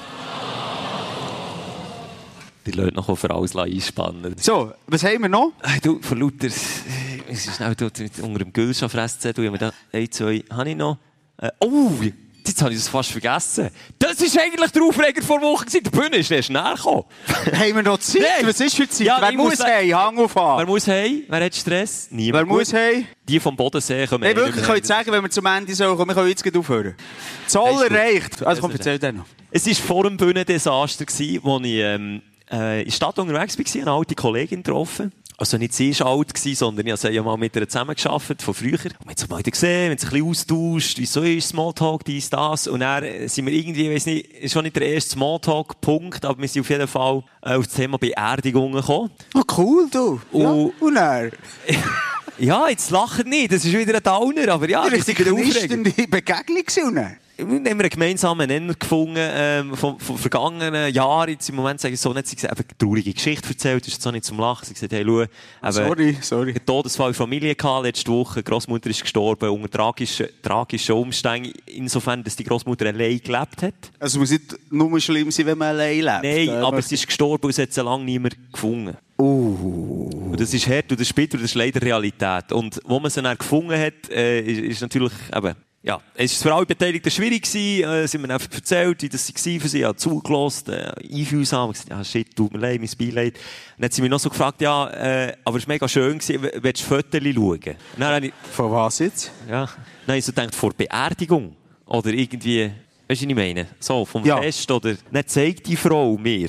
Die Leute noch für alles einspannen. So, was haben wir noch? Hey, du, von lauter... Es ist schnell dort unter dem Gülschafressen. Du, ich habe mir da ein, zwei... Habe ich noch? Äh, oh, jetzt habe ich das fast vergessen. Das war eigentlich der Aufreger vor Wochen. Die Bühne ist erst näher gekommen. Haben wir noch Zeit? Nein. Was ist für Zeit? Ja, Wer ich muss muss heim? Hang auf an. Wer muss heim? Wer hat Stress? Niemand. Wer muss heim? Die vom Bodensee kommen Nein, eh wirklich, nicht ich mehr kann jetzt sagen, wenn wir zum Ende sollen kommen, wir können jetzt gleich aufhören. Zoll Das ist gut. erreicht. Also komm, Das ist erzähl dann noch. Es war vor dem Bühnendesaster, wo ich ähm, äh, in der Stadt unterwegs war, eine alte Kollegin getroffen. Also nicht sie war alt, sondern ich habe ja mal mit ihr zusammengearbeitet, von früher. Und wir haben sie mal wieder gesehen, wir haben sich ein bisschen austauscht, wieso ist Smalltalk, dies, das. Und dann sind wir irgendwie, ich weiss nicht, ist schon nicht der erste Smalltalk-Punkt, aber wir sind auf jeden Fall äh, auf das Thema Beerdigungen gekommen. Oh, cool, du. Ja. Und- Und er? Ja, jetzt lacht nicht, das ist wieder ein Downer, aber ja, Die das ist richtige wieder aufregend. knisternde Begegnung gewesen. Und er? Wir haben einen gemeinsamen Nenner gefunden ähm, von, von vergangenen Jahren. Jetzt im Moment sage ich so nicht, sie hat eine traurige Geschichte erzählt, das ist jetzt auch nicht zum Lachen. Sie hat gesagt, hey, schau, eben, Sorry, sorry. einen Todesfall in der Familie gehabt, letzte Woche. Die Grossmutter ist gestorben unter tragischen, tragischen Umständen. Insofern, dass die Grossmutter allein gelebt hat. Also es muss nicht nur schlimm sein, wenn man allein lebt. Nein, Äh, aber was- sie ist gestorben und es hat sie lange niemand gefunden. Uh. Und das ist hart und das ist bitter und das ist leider Realität. Und wo man sie dann gefunden hat, äh, ist, ist natürlich eben, ja, es ist für alle Beteiligten schwierig gewesen, äh, sie haben mir einfach erzählt, wie das war für sie, ja, zugelassen, äh, einfühlsam, gesagt, ja, shit, tut mir leid, mein Beileid. Und dann hat sie mich noch so gefragt, ja, äh, aber es war mega schön gewesen, w- willst du Fotos schauen? Und dann habe ich, Von was jetzt? ja, dann habe ich so gedacht, vor Beerdigung, oder irgendwie, weißt du, was ich meine? So, vom Ja. Fest, oder, dann zeigt die Frau mir,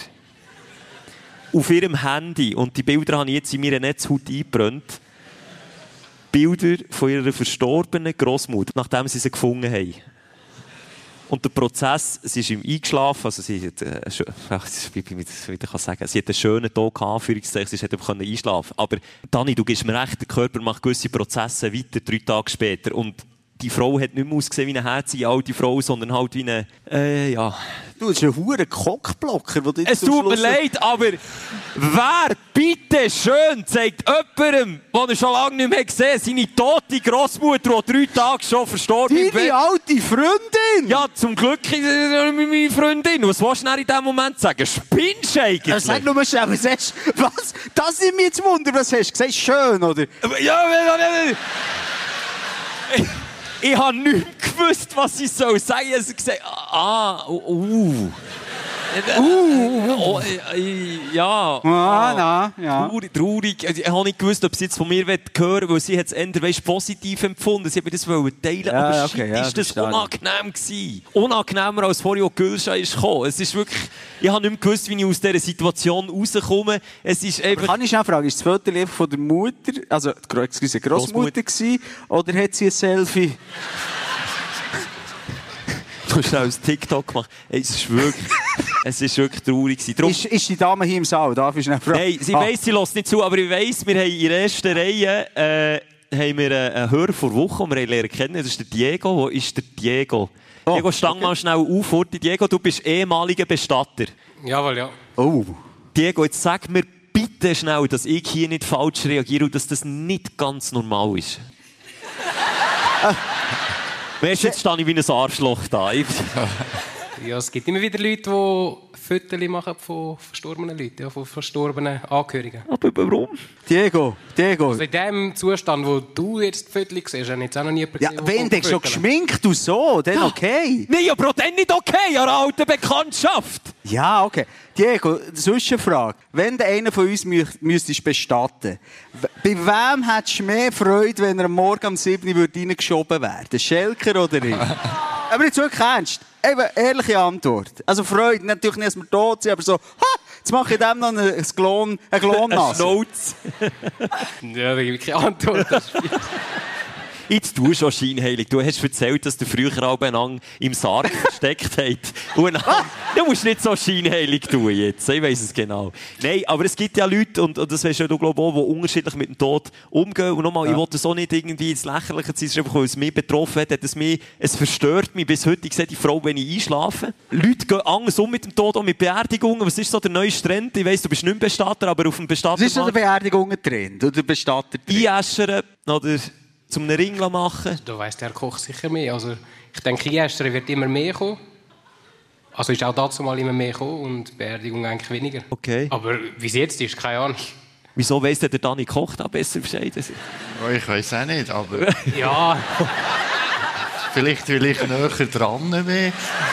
auf ihrem Handy, und die Bilder habe ich jetzt in meiner Netzhaut eingebrannt, Bilder von ihrer verstorbenen Grossmutter, nachdem sie sie gefunden haben. Und der Prozess, sie ist ihm eingeschlafen, also sie hat, äh, schö- ach, wie wie ich das wieder kann sagen, sie hat einen schönen Tag gehabt, Anführungszeichen, sie hätte einfach einschlafen können. Aber Dani, du gibst mir recht, der Körper macht gewisse Prozesse weiter, drei Tage später. Und die Frau hat nicht mehr ausgesehen wie eine herzige alte Frau, sondern halt wie eine, äh, ja... Du, das ist ein verdammter Cockblocker, den du jetzt Es zum tut mir Schluss- leid, aber wer bitte schön zeigt jemandem, den er schon lange nicht mehr gesehen hat, seine tote Grossmutter, die drei Tage schon verstorben ist? Deine alte Freundin! Ja, zum Glück ist es meine Freundin. Was willst du denn in diesem Moment sagen? Spinnst du eigentlich? Ja, sag nur mal schnell, was hast du... Was? Das nimmt mich jetzt Wunder, was hast du gesagt? Schön, oder? Ja, ich, ich habe nicht gewusst, was ich soll sagen. Ich habe gesagt, ah, uh, uh. Uh, oh, äh, ja. Ah, na, ja. Traurig, traurig. Also, ich habe nicht gewusst, ob sie jetzt von mir hören will, weil sie hat es eher weißt, positiv empfunden. Sie wollte das wollen teilen. Ja, aber okay, shit, ja, ist das verstehe ich. unangenehm gewesen. Unangenehmer, als vorher auch Gülscha ist gekommen. Es ist wirklich, ich habe nicht mehr gewusst, wie ich aus dieser Situation rauskomme. Es ist einfach... Kann ich schnell fragen, ist das Foto einfach von der Mutter, also, excuse, Grossmutter gewesen, oder hat sie ein Selfie? Du hast schnell ein TikTok gemacht. Es ist wirklich, es ist wirklich traurig gewesen. Darum, Ist, ist die Dame hier im Saal? Darf ich schnell fragen? nein, sie Ah. weiss, sie lässt nicht zu, aber ich weiss, wir haben in der ersten Reihe äh, haben wir einen Hörer vor Wochen, den wir lernen kennen. Das ist der Diego. Wo ist der Diego? Oh, Diego, stang mal schnell auf. Horti. Diego, du bist ehemaliger Bestatter. Jawohl, ja. Oh. Diego, jetzt sag mir bitte schnell, dass ich hier nicht falsch reagiere und dass das nicht ganz normal ist. Weißt du, jetzt stehe ich wie ein Arschloch da. Ich- Ja, es gibt immer wieder Leute, die Fotos machen von verstorbenen Leuten, ja, von verstorbenen Angehörigen. Aber warum? Diego, Diego. Also in dem Zustand, wo du jetzt die Fotos siehst, habe ich jetzt auch noch nie jemanden Ja, gesehen, wenn du schon geschminkt und so, dann okay. Nein, aber auch dann nicht okay, an einer alten Bekanntschaft. Ja, okay. Diego, Zwischenfrage. Wenn du einen von uns mü müsstest bestatten, bei wem hättest du mehr Freude, wenn er am Morgen um sieben Uhr reingeschoben wäre? Der Schelker oder ich? Aber jetzt wirklich ernst. Eben, ehrliche Antwort. Also Freude, natürlich nicht, dass wir tot sind, aber so, ha, jetzt mache ich dem noch ein, ein Klon, ein Klonnase. Schnauz. Ja, wirklich Antwort. Jetzt du schon scheinheilig. Du hast erzählt, dass du früher alle im Sarg versteckt hast. Und dann, du musst nicht so scheinheilig tun jetzt. Ich weiss es genau. Nein, aber es gibt ja Leute, und, und das weisst ja du, glaube ich, auch, die unterschiedlich mit dem Tod umgehen. Und nochmal, ja. Ich wollte das auch nicht irgendwie ins Lächerliche ziehen. Es ist einfach, weil es mich betroffen hat, hat es, mich, es verstört mich bis heute. Ich sehe die Frau, wenn ich einschlafe. Leute gehen anders um mit dem Tod, auch mit Beerdigungen. Was ist so der neue Trend? Ich weiss, du bist nicht mehr Bestatter, aber auf dem Bestatter... Was ist so der Beerdigungen-Trend oder der Bestatter-Trend? Einäschern oder... zum einen Ring machen? Da weiss der Koch sicher mehr. Also, ich denke, Jäster wird immer mehr kommen. Also ist auch dazu mal immer mehr gekommen und Beerdigung eigentlich weniger. Okay. Aber wie es jetzt ist, keine Ahnung. Wieso weiss der Dani Koch da besser Bescheid? Oh, ich weiss auch nicht, aber... Ja. Vielleicht will ich näher dran bin.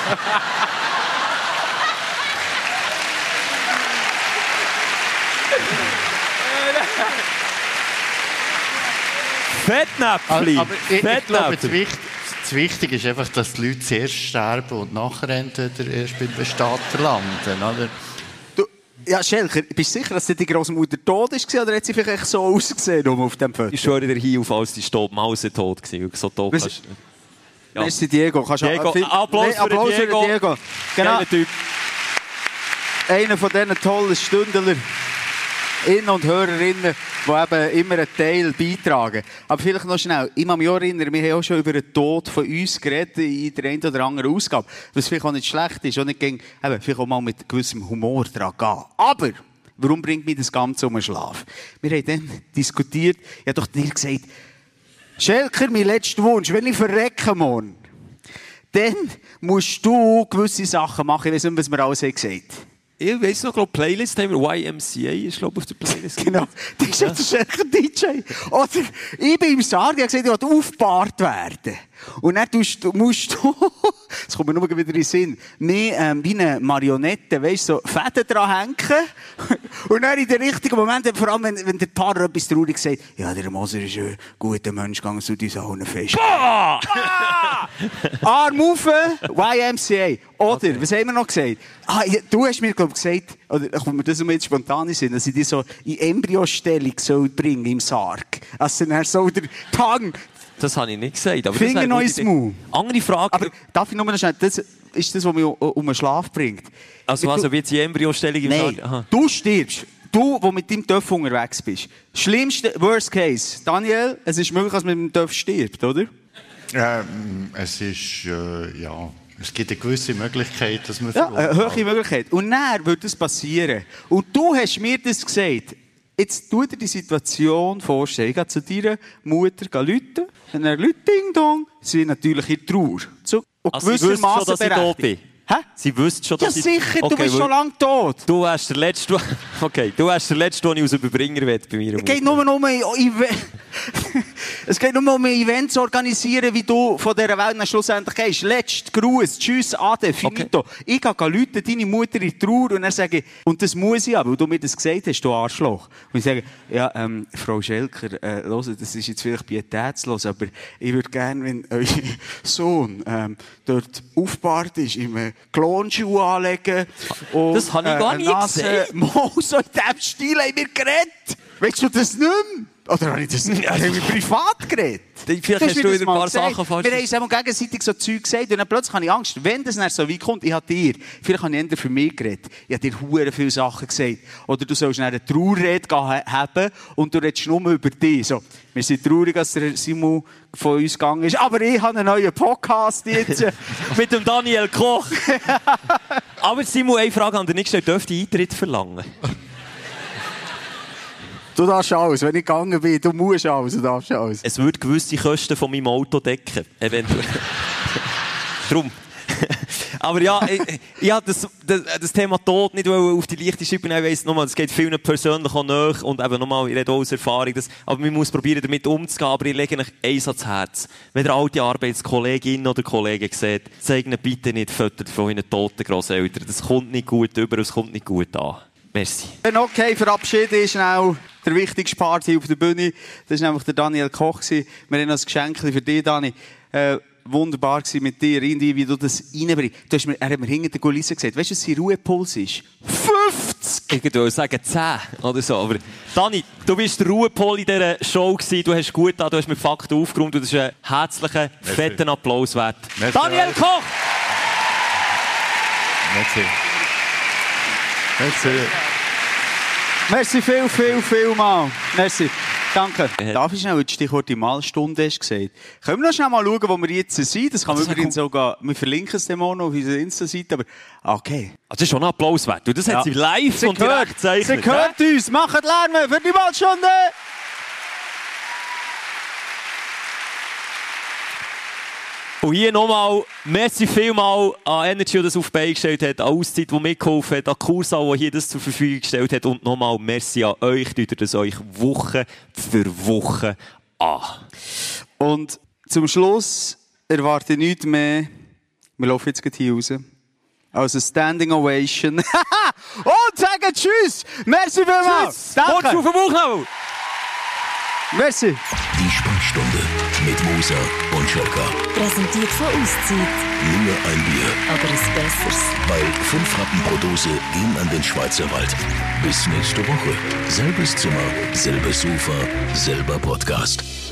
Fettnäpfli! Aber ich, ich glaube, das Wichtige, das Wichtige ist einfach, dass die Leute zuerst sterben und nachher entweder erst beim Bestatter landen, oder? Du, ja, Schelker, bist du sicher, dass die Großmutter tot war oder hat sie vielleicht so ausgesehen um auf dem Foto? Ich schwöre dir hier auf, als die Maus tot war. So tot kannst... Ja. Merci, Diego. Kannst Diego. Viel... Applaus, nee, Applaus für Diego. Für Diego. Genau. Typ. Einer von diesen tollen Stündler. Innen und Hörerinnen, die eben immer einen Teil beitragen. Aber vielleicht noch schnell. Ich kann mich auch erinnern, wir haben auch schon über den Tod von uns geredet in der einen oder anderen Ausgabe. Was vielleicht auch nicht schlecht ist, und nicht gegen, eben, vielleicht auch mal mit gewissem Humor dran gehen. Aber, warum bringt mich das Ganze um den Schlaf? Wir haben dann diskutiert, ich habe doch dir gesagt, Schelker, mein letzter Wunsch, wenn ich verrecke morgen, dann musst du gewisse Sachen machen. Ich weiss nicht, was wir alles gesagt haben. Ich weiss noch, glaube Playlist haben wir, Y M C A ist, glaube ich, auf der Playlist. Genau, das ist ja der Schelker D J. Oder, ich bin im Sarg, ich habe gesagt, ich will aufgebahrt werden. Und dann tust, musst du, das kommt mir nur wieder in den Sinn, mehr ähm, wie eine Marionette, weißt du, so Fäden dran hängen. Und dann in den richtigen Moment, vor allem wenn, wenn der Pfarrer etwas traurig sagt, ja, der Moser ist ein guter Mensch, gegangen zu deinem Saunenfest. Ah! Ah! Arm auf, Y M C A. Oder, okay. Was haben wir noch gesagt? Ah, du hast mir, glaube ich, gesagt, oder kommt mir das um jetzt spontan in Sinn, dass ich dich so in Embryostellung soll bringen im Sarg. Also dann so der Tang. Das habe ich nicht gesagt. Aber Finger neues Move. Andere Frage. Aber darf ich nur noch schnell, das ist das, was mich um den Schlaf bringt. Also, also wie jetzt die Embryostellung im Nein, Sarg? du stirbst. Du, der mit deinem Töff unterwegs bist. Schlimmste, worst case. Daniel, es ist möglich, dass man mit dem Töff stirbt, oder? Ähm, es ist, äh, ja... Es gibt eine gewisse Möglichkeit, dass man... Ja, eine hohe Möglichkeit. Und dann wird das passieren. Und du hast mir das gesagt. Jetzt tu dir die Situation vorstellen. Ich gehe zu deiner Mutter rufen. Und dann ruft Ding Dong. Sie sind natürlich in Trauer. So, also sie wüsste schon, dass ich tot bin? Hä? Sie wüsste schon, dass ja, ich... sicher, okay, du bist schon lange tot. Du hast der Letzte... Okay, du hast der Letzte, den ich als Überbringer will bei mir. Es geht nur um Es geht nur um Events organisieren, wie du von dieser Welt dann schlussendlich gehst. Letzt, Gruß, tschüss, ade, finito. Okay. Ich gehe Leute, deine Mutter in Trauer und dann sage ich, und das muss ich aber, weil du mir das gesagt hast, du Arschloch. Und ich sage, ja, ähm, Frau Schelker, äh, hören, das ist jetzt vielleicht pietätslos, aber ich würde gerne, wenn euer Sohn ähm, dort aufgebahrt ist, im Klonschuh anlegen. Und, das habe ich gar nicht gesehen. Mo, so in diesem Stil haben wir geredet. Weißt du das nicht mehr? Oder habe ich das nicht? Haben wir privat geredet? Vielleicht hast du wieder ein paar gesagt. Sachen falsch. Wir haben uns auch gegenseitig so Zeug gesagt und dann plötzlich habe ich Angst, wenn das so weit kommt, ich habe dir, vielleicht habe ich eher für mich geredet, ich habe dir hure viele Sachen gesagt. Oder du sollst eine Trauerrede haben und du redest nur über dich. So, wir sind traurig, dass der Simon von uns gegangen ist, aber ich habe einen neuen Podcast jetzt. Mit dem Daniel Koch. Aber Simon, eine Frage an dich nicht gestellt, dürfte ich Eintritt verlangen? Du darfst alles. Wenn ich gegangen bin, du musst alles, du darfst alles. Es würde gewisse Kosten von meinem Auto decken. Eventuell. Drum. Aber ja, ich, ich habe das, das, das Thema Tod nicht auf die leichte Schippe nehmen. Ich weiss nochmal, es geht vielen persönlich auch nach und eben nochmal, ich rede auch aus Erfahrung. Das, aber man muss probieren, damit umzugehen. Aber ich lege euch eins ans Herz. Wenn ihr alte Arbeitskolleginnen oder Kollegen seht, zeigt ihnen bitte nicht Fotos von ihren toten Grosseltern. Das kommt nicht gut über, es kommt nicht gut an. Merci. Okay, verabschieden ist auch der wichtigste Part hier auf der Bühne. Das war nämlich der Daniel Koch. Wir haben noch ein Geschenk für dich, Dani. Äh, wunderbar gewesen mit dir, irgendwie, wie du das reinbringst. Du hast mir, er hat mir hinter der Kulisse gesagt, weißt du, was sein Ruhepuls ist? fünfzig! Ich würde sagen zehn oder so. Aber Dani, du bist der Ruhepol in dieser Show gewesen. Du hast gut da, du hast mit Fakten aufgeräumt. Das ist ein herzlicher, fetten Applaus wert. Merci. Daniel Koch! Merci. Merci. Merci viel, viel, viel mal. Merci. Danke. Darf ich schnell das Stichwort die Malstunde hast gesagt? Können wir noch schnell mal schauen, wo wir jetzt sind? Das kann man übrigens sogar, wir verlinken es dem auch noch auf unserer Insta-Seite, aber okay. Das ist schon ein Applaus wert. Das hat ja. sie live sie und gehört, direkt gezeichnet. Sie hört uns. Macht Lärm für die Malstunde! Und hier nochmal, merci vielmal an Energy, die das auf die Beine gestellt hat, an Auszeit, die mitgeholfen hat, an Kursau, die hier das zur Verfügung gestellt hat. Und nochmal merci an euch, die das euch Woche für Woche an. Und zum Schluss erwarte ich nichts mehr, wir laufen jetzt gleich hier raus, als eine Standing Ovation. Und sagen Tschüss! Merci vielmals! Tschüss! Danke! Motsch auf den Bauchnabel! Merci! Die Sprechstunde mit Moser und Schelka. Präsentiert von Auszeit. Nur ein Bier. Aber ein besseres. Weil fünf Rappen pro Dose gehen an den Schweizer Wald. Bis nächste Woche. Selbes Zimmer, selbes Sofa, selber Podcast.